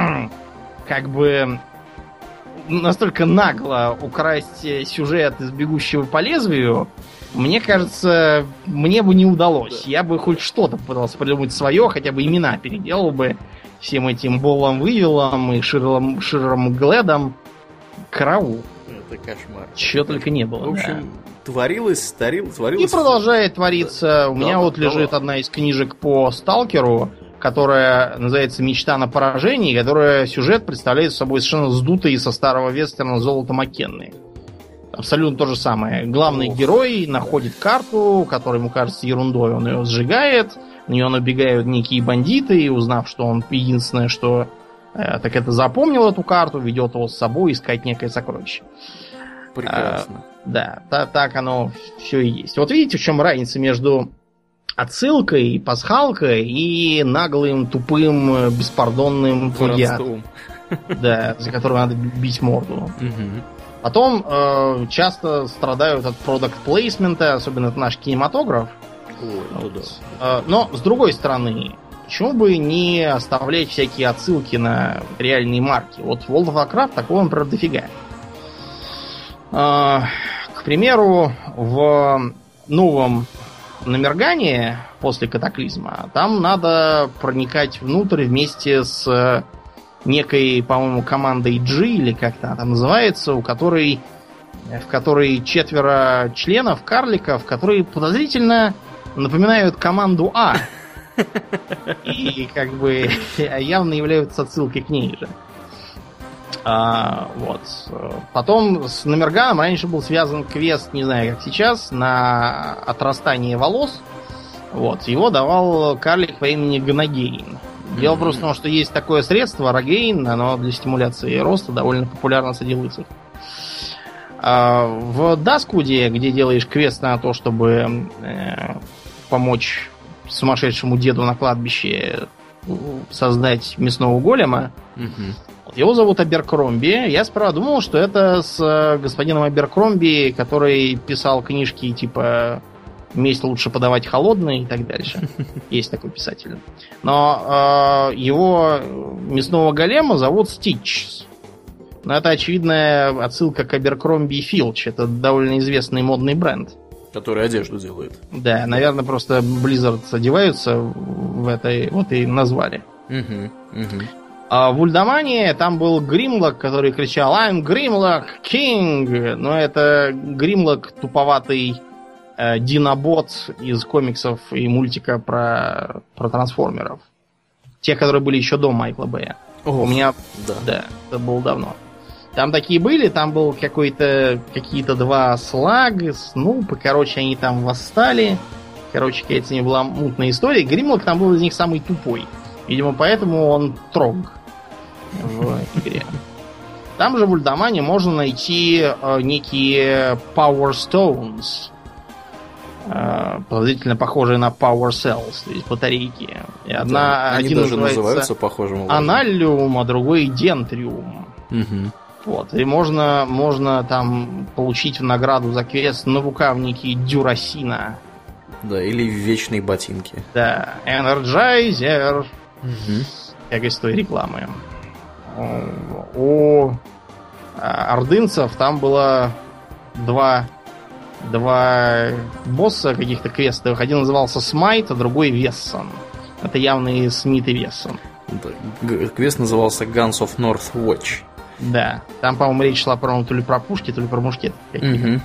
как бы настолько нагло украсть сюжет из «Бегущего по лезвию», мне кажется, мне бы не удалось. Да. Я бы хоть что-то пытался придумать свое, хотя бы имена переделал бы всем этим Болом Вывелом и Широм Глэдом. Караул. Это кошмар. Чего только не было. В общем, творилось. И продолжает твориться. У меня вот лежит одна из книжек по Сталкеру, которая называется «Мечта на поражении», которая сюжет представляет собой совершенно сдутый со старого вестерна «Золото Маккенны». Абсолютно то же самое. Главный герой находит карту, которая ему кажется ерундой, он ее сжигает, на нее набегают некие бандиты, и узнав, что он единственное, что так это запомнил эту карту, ведет его с собой искать некое сокровище. Прекрасно. Да, так оно все и есть. Вот видите, в чем разница между отсылкой, пасхалкой и наглым, тупым, беспардонным плагиатом. Да, за который надо бить морду. Угу. Потом часто страдают от продакт-плейсмента, особенно это наш кинематограф. Но, с другой стороны, почему бы не оставлять всякие отсылки на реальные марки? Вот в World of Warcraft такого, например, дофига. К примеру, в новом Намергане после катаклизма там надо проникать внутрь вместе с некой, по-моему, командой G, или как-то она там называется, в которой 4 членов, карликов, которые подозрительно напоминают команду А. И как бы явно являются отсылкой к ней же. Вот. Потом с Намерганом раньше был связан квест, не знаю как сейчас, на отрастание волос. Вот. Его давал карлик по имени Ганагейн. Дело просто в том, что есть такое средство, Рогейн, оно для стимуляции роста довольно популярно среди лысых. В Даскуде, где делаешь квест на то, чтобы помочь сумасшедшему деду на кладбище создать мясного голема, его зовут Аберкромби. Я сперва думал, что это с господином Аберкромби, который писал книжки типа «Месть лучше подавать холодной» и так дальше. Есть такой писатель. Но его мясного голема зовут Ститч. Но это очевидная отсылка к Аберкромби и Филч. Это довольно известный модный бренд. Который одежду делает. Да, наверное, просто Blizzard одеваются в этой, вот и назвали. А в Ульдамане там был Гримлок, который кричал «I'm Grimlock King!». Но это Гримлок туповатый динобот из комиксов и мультика про трансформеров. Те, которые были еще до Майкла Бэя. У меня... Да, это было давно. Там такие были, там был какие-то 2 слага, Снуп, и, короче, они там восстали. Короче, какая-то с ними была мутная история. Гримлок там был из них самый тупой. Видимо, поэтому он трог в игре. Там же в Ульдамане можно найти некие Power Stones. Подозрительно похожие на Power Cells, то есть батарейки. И они даже называются похожим образом. Аналлиум, а другой Дентриум. Вот. И можно там получить в награду за квест нарукавники Дюрасина. Да, или вечные ботинки. Да, Energizer. Как из той рекламы. У ордынцев там было два босса каких-то квестов. Один назывался Смайт, а другой Вессон. Это явные Смит и Вессон. Да. Квест назывался Guns of North Watch. Да, там, по-моему, речь шла то ли про пушки, то ли про мушкеты какие-то.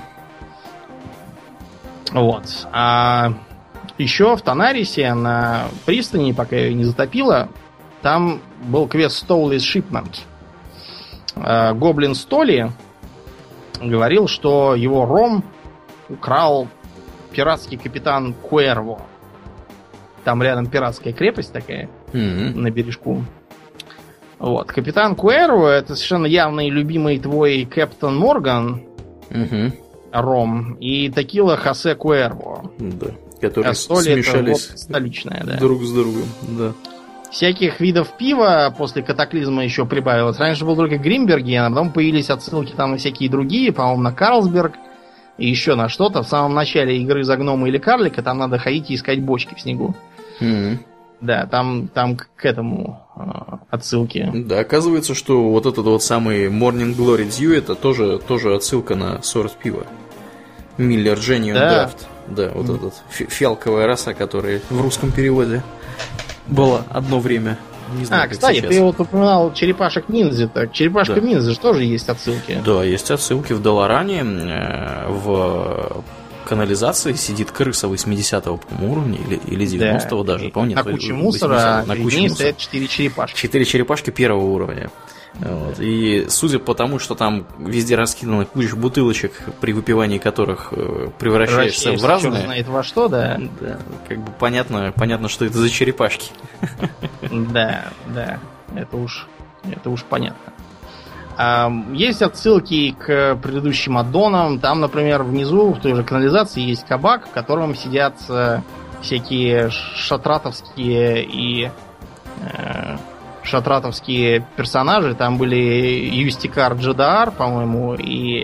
Вот. А еще в Танарисе на пристани, пока ее не затопило, там был квест Stowless Shipment. Гоблин Столи говорил, что его ром украл пиратский капитан Куэрво. Там рядом пиратская крепость такая на бережку. Вот. Капитан Куэрво — это совершенно явный любимый твой Кэптон Морган, ром, и текила Хосе Куэрво. Да. Которые смешались столичная, да. Друг с другом, да. Всяких видов пива после катаклизма еще прибавилось. Раньше был только Гримберген, а потом появились отсылки там на всякие другие, по-моему, на Карлсберг и еще на что-то. В самом начале игры за гнома или карлика там надо ходить и искать бочки в снегу. Да, там к этому отсылки. Да, оказывается, что вот этот вот самый Morning Glory Dew это тоже отсылка на сорт пива. Miller Genuine Draft. Да, вот этот фиалковая раса, которая в русском переводе была одно время. Не знаю, кстати, сейчас. Ты вот упоминал черепашек ниндзя. Так, черепашка ниндзя же тоже есть отсылки. Да, есть отсылки. В Долоране в канализации сидит крыса 80-го, по-моему, уровня или 90-го даже. Помню, на куче мусора, на куче мусора стоят 4 черепашки. 4 черепашки первого уровня. Вот. И судя по тому, что там везде раскиданы куча бутылочек, при выпивании которых превращаешься в разные. Черт знает во что, да. Да, как бы понятно, что это за черепашки. Да, это уж понятно. Есть отсылки к предыдущим аддонам. Там, например, внизу в той же канализации есть кабак, в котором сидят всякие шатратовские и шатратовские персонажи. Там были Юстикар Джедар, по-моему, и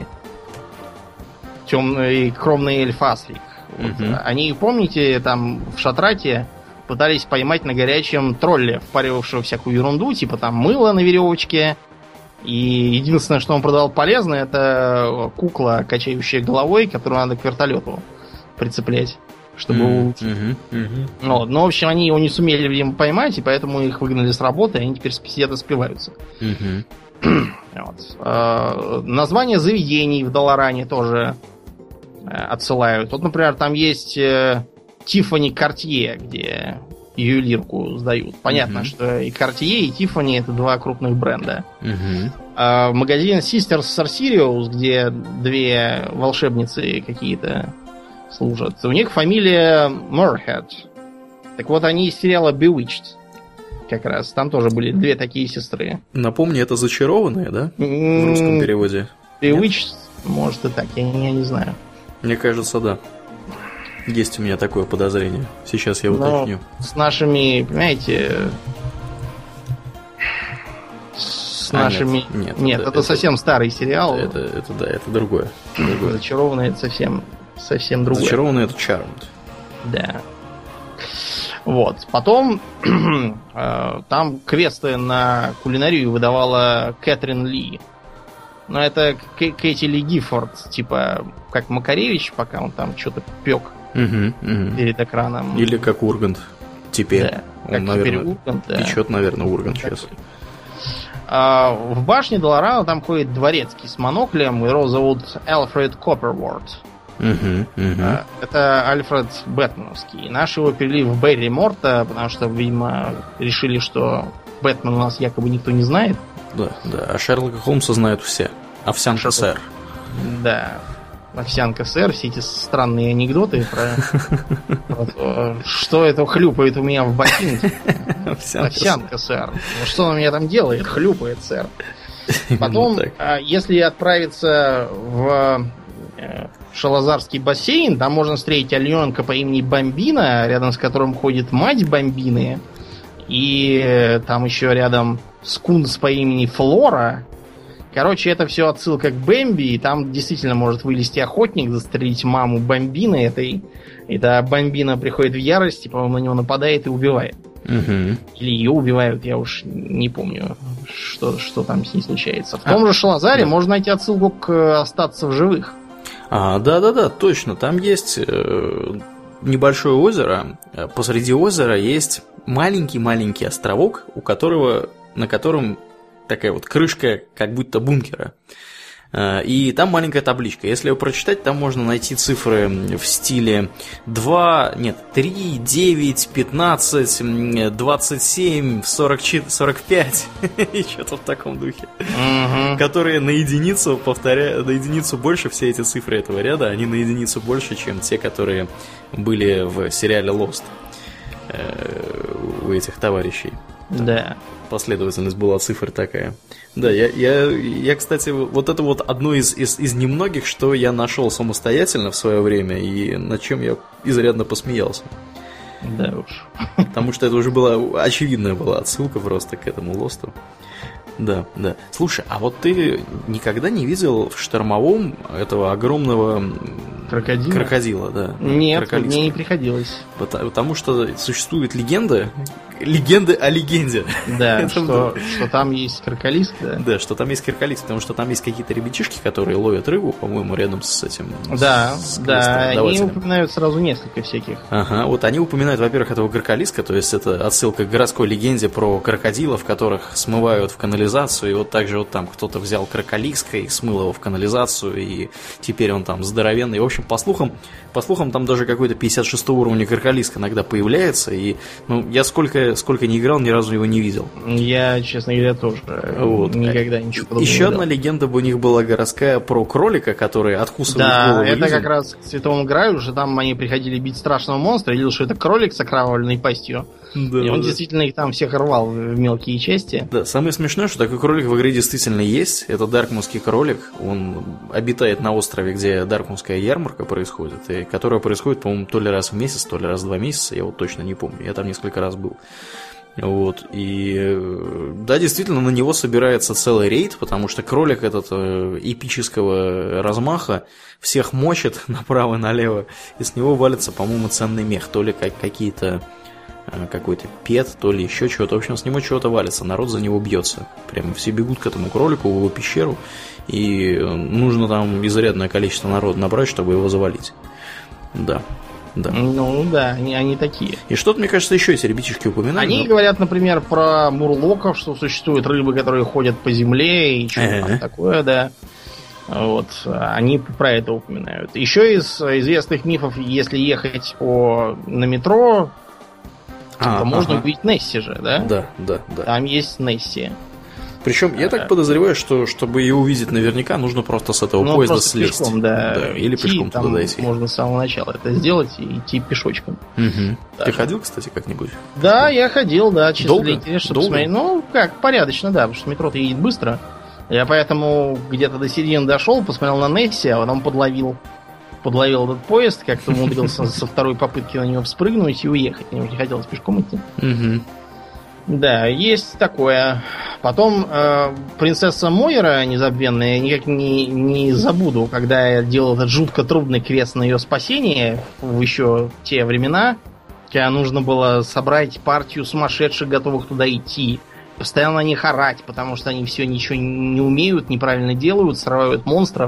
темный кровный эльф Асрик. Вот. Они, помните, там в Шатрате пытались поймать на горячем тролля, впаривавшего всякую ерунду, типа там мыло на веревочке. И единственное, что он продавал полезно, это кукла, качающая головой, которую надо к вертолету прицеплять, чтобы улучшить. Вот. Но, в общем, они его не сумели, видимо, поймать, и поэтому их выгнали с работы, и они теперь где-то спиваются. Вот. Названия заведений в Даларане тоже отсылают. Вот, например, там есть Тиффани Картье, где ювелирку сдают. Понятно, что и Картье, и Тиффани — это два крупных бренда. Магазин Sisters Sarcerius, где две волшебницы какие-то служат, у них фамилия Moorhead. Так вот, они из сериала Bewitched. Как раз. Там тоже были две такие сестры. Напомни, это зачарованные, да? В русском переводе. Bewitched, может и так, я не знаю. Мне кажется, да. Есть у меня такое подозрение. Сейчас я уточню. С нашими, понимаете... С нашими... Нет, это совсем старый сериал. Это другое. Зачарованные — это совсем другое. Зачарованные — это Charmed. Да. Вот. Потом там квесты на кулинарию выдавала Кэтрин Ли. Но это Кэти Ли Гиффорд, типа как Макаревич, пока он там что-то пек перед экраном. Или как Ургант. Теперь. Да, он, наверное, Ургант, да. Печет, наверное, Ургант сейчас. В башне Даларана там ходит дворецкий с моноклем, его зовут Альфред Копперворд. Это Альфред Бэтменовский. Наши его перевели в Берри Морта, потому что, видимо, решили, что Бэтмен у нас якобы никто не знает. Да. А Шерлока Холмса знают все. Овсянка сэр. Да. Овсянка сэр, все эти странные анекдоты про что это хлюпает у меня в ботинке. Овсянка сэр. Ну что он у меня там делает? Хлюпает, сэр. Потом, если отправиться в Шалазарский бассейн, там можно встретить олененка по имени Бомбина, рядом с которым ходит мать Бомбины. И там еще рядом скунс по имени Флора. Короче, это все отсылка к Бэмби, и там действительно может вылезти охотник, застрелить маму Бомбины этой. И тогда Бомбина приходит в ярость, и, по-моему, на него нападает и убивает. Или ее убивают, я уж не помню, что там с ней случается. В том же Шалазаре можно найти отсылку к «Остаться в живых». Да, точно. Там есть небольшое озеро. Посреди озера есть маленький островок, на котором такая вот крышка, как будто бункера. И там маленькая табличка. Если ее прочитать, там можно найти цифры в стиле 3, 9, 15, 27, 45 и что-то в таком духе. Которые на единицу, на единицу больше, все эти цифры этого ряда, они на единицу больше, чем те, которые были в сериале Lost у этих товарищей. Да. Последовательность была цифр такая. Да, я, кстати, вот это вот одно из немногих, что я нашел самостоятельно в свое время, и над чем я изрядно посмеялся. Да уж. Потому что это уже была очевидная отсылка просто к этому Лосту. Да. Слушай, а вот ты никогда не видел в Штормовом этого огромного крокодила, да? Нет, мне не приходилось. Потому что существует легенды о легенде. Да, что там есть кроколист, да? Да, что там есть кроколист, потому что там есть какие-то ребятишки, которые ловят рыбу, по-моему, рядом с этим. Да, они упоминают сразу несколько всяких. Ага, вот они упоминают, во-первых, этого кроколиска, то есть это отсылка к городской легенде про крокодилов, которых смывают в канализацию, и вот также вот там кто-то взял кроколиска и смыл его в канализацию, и теперь он там здоровенный. В общем, по слухам там даже какой-то 56 уровня кроколиск иногда появляется, и я сколько не играл, ни разу его не видел. Я, честно говоря, тоже никогда ничего подобного Еще одна легенда у них была городская про кролика, который откусывает голову. Да, это как раз к Святому Граю, уже там они приходили бить страшного монстра, видел, что это кролик с окровавленной пастью. Да, и он действительно их там всех рвал в мелкие части. Да, самое смешное, что такой кролик в игре действительно есть. Это даркмунский кролик. Он обитает на острове, где даркмунская ярмарка происходит, и которая происходит, по-моему, то ли раз в месяц, то ли раз в 2 месяца. Я вот точно не помню. Я там несколько раз был. Вот, и да, действительно, на него собирается целый рейд, потому что кролик этот эпического размаха всех мочит направо и налево, и с него валится, по-моему, ценный мех, то ли какой-то пет, то ли еще чего-то. В общем, с него чего-то валится, народ за него бьется. Прямо все бегут к этому кролику в его пещеру, и нужно там изрядное количество народа набрать, чтобы его завалить. Да. Да. Ну да, они такие. И что-то, мне кажется, еще эти ребятишки упоминали. Они говорят, например, про мурлоков, что существуют рыбы, которые ходят по земле и что-то там такое, да. Вот, они про это упоминают. Еще из известных мифов, если ехать на метро, то можно увидеть Несси же, да? Да. Там есть Несси. Причем, я так подозреваю, что чтобы ее увидеть наверняка, нужно просто с этого поезда слезть. Пешком, да. Или пешком туда дойти. Можно с самого начала это сделать и идти пешочком. Ты ходил, кстати, как-нибудь? Да, я ходил, да, чисто для интереса, чтобы Долго? посмотреть. Ну, как, порядочно, да, потому что метро-то едет быстро. Я поэтому где-то до середины дошел, посмотрел на Несси, а потом подловил этот поезд, как-то умудрился со второй попытки на него вспрыгнуть и уехать. Мне не хотелось пешком идти. Да, есть такое. Потом принцесса Мойра незабвенная, никак не забуду, когда я делал этот жутко трудный квест на ее спасение в еще те времена, когда нужно было собрать партию сумасшедших, готовых туда идти. Постоянно на них орать, потому что они все ничего не умеют, неправильно делают, срывают монстров.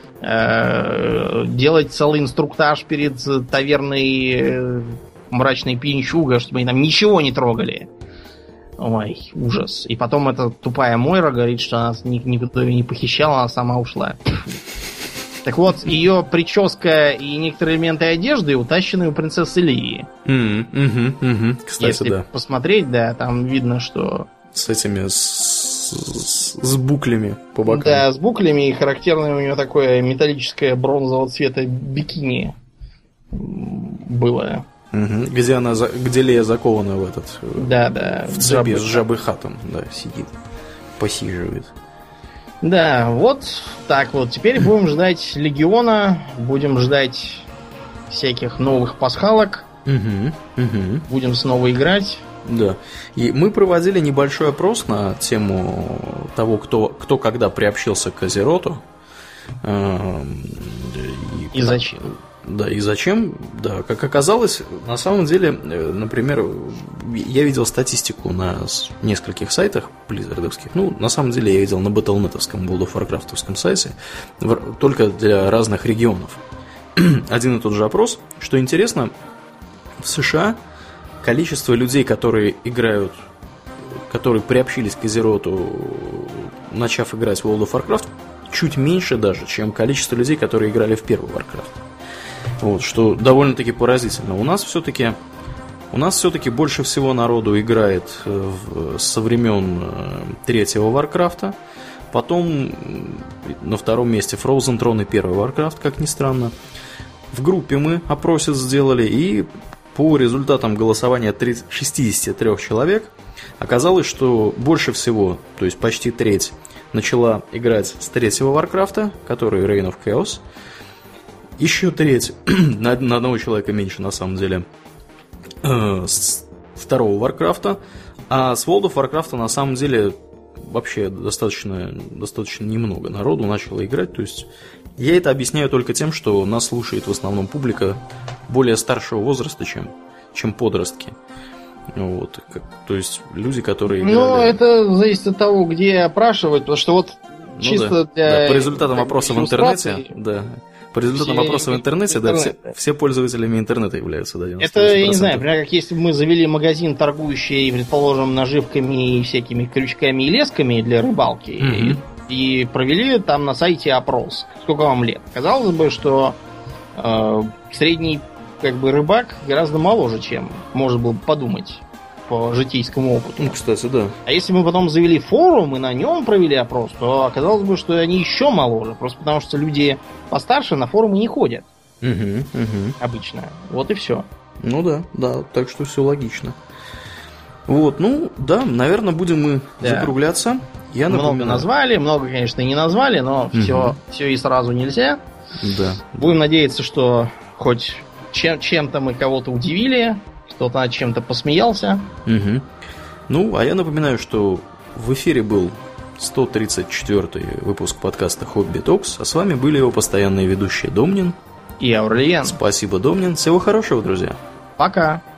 Делать целый инструктаж перед таверной мрачной пьянчуга, чтобы они там ничего не трогали. Ой, ужас. И потом эта тупая Мойра говорит, что она никто ее не похищал, она сама ушла. Так вот, ее прическа и некоторые элементы одежды утащены у принцессы Лии. Кстати, если посмотреть, да, там видно, что... С этими... С буклями по бокам. Да, с буклями, и характерное у нее такое металлическое бронзового цвета бикини было. Где Лея закована в этот... Да. В цепи с жабы-хатом, да, сидит. Посиживает. Да, вот так вот. Теперь будем ждать Легиона, будем ждать всяких новых пасхалок. Будем снова играть. Да. И мы проводили небольшой опрос на тему того, кто когда приобщился к Азероту. И зачем. Да, и зачем? Да, как оказалось, на самом деле, например, я видел статистику на нескольких сайтах близзардовских. Ну, на самом деле, я видел на Battle.net-овском, World of Warcraft-овском сайте, только для разных регионов. Один и тот же опрос. Что интересно, в США количество людей, которые приобщились к Азероту, начав играть в World of Warcraft, чуть меньше даже, чем количество людей, которые играли в первый Warcraft. Вот, что довольно-таки поразительно. У нас все-таки больше всего народу играет со времен третьего Варкрафта. Потом на втором месте Frozen Throne и первый Warcraft, как ни странно. В группе мы опросец сделали, и по результатам голосования 63 человек оказалось, что больше всего, то есть почти треть, начала играть с третьего Варкрафта, который Reign of Chaos. Еще треть, на одного человека меньше на самом деле, с второго Варкрафта. А с World of Warcraft на самом деле вообще достаточно немного народу начало играть. То есть я это объясняю только тем, что нас слушает в основном публика более старшего возраста, чем подростки. Вот, то есть люди, которые играли... Ну, это зависит от того, где опрашивать, потому что вот чисто для... по результатам опроса в интернете, по результатам опроса в интернете, все пользователями интернета являются, да, 98%. Это, я не знаю, например, как если бы мы завели магазин, торгующий, предположим, наживками и всякими крючками и лесками для рыбалки, и провели там на сайте опрос, сколько вам лет. Казалось бы, что средний рыбак гораздо моложе, чем можно было бы подумать по житейскому опыту. Ну, кстати, да. А если мы потом завели форум и на нем провели опрос, то оказалось бы, что они еще моложе. Просто потому, что люди постарше на форумы не ходят. Обычно. Вот и все. Ну да, так что все логично. Вот, ну да, наверное, будем мы закругляться. Я много назвали, много, конечно, и не назвали, но все и сразу нельзя. Да. Будем надеяться, что хоть чем-то мы кого-то удивили, кто-то над чем-то посмеялся. Ну, а я напоминаю, что в эфире был 134-й выпуск подкаста «Хобби Токс», а с вами были его постоянные ведущие Домнин и Аурлиен. Спасибо, Домнин. Всего хорошего, друзья. Пока.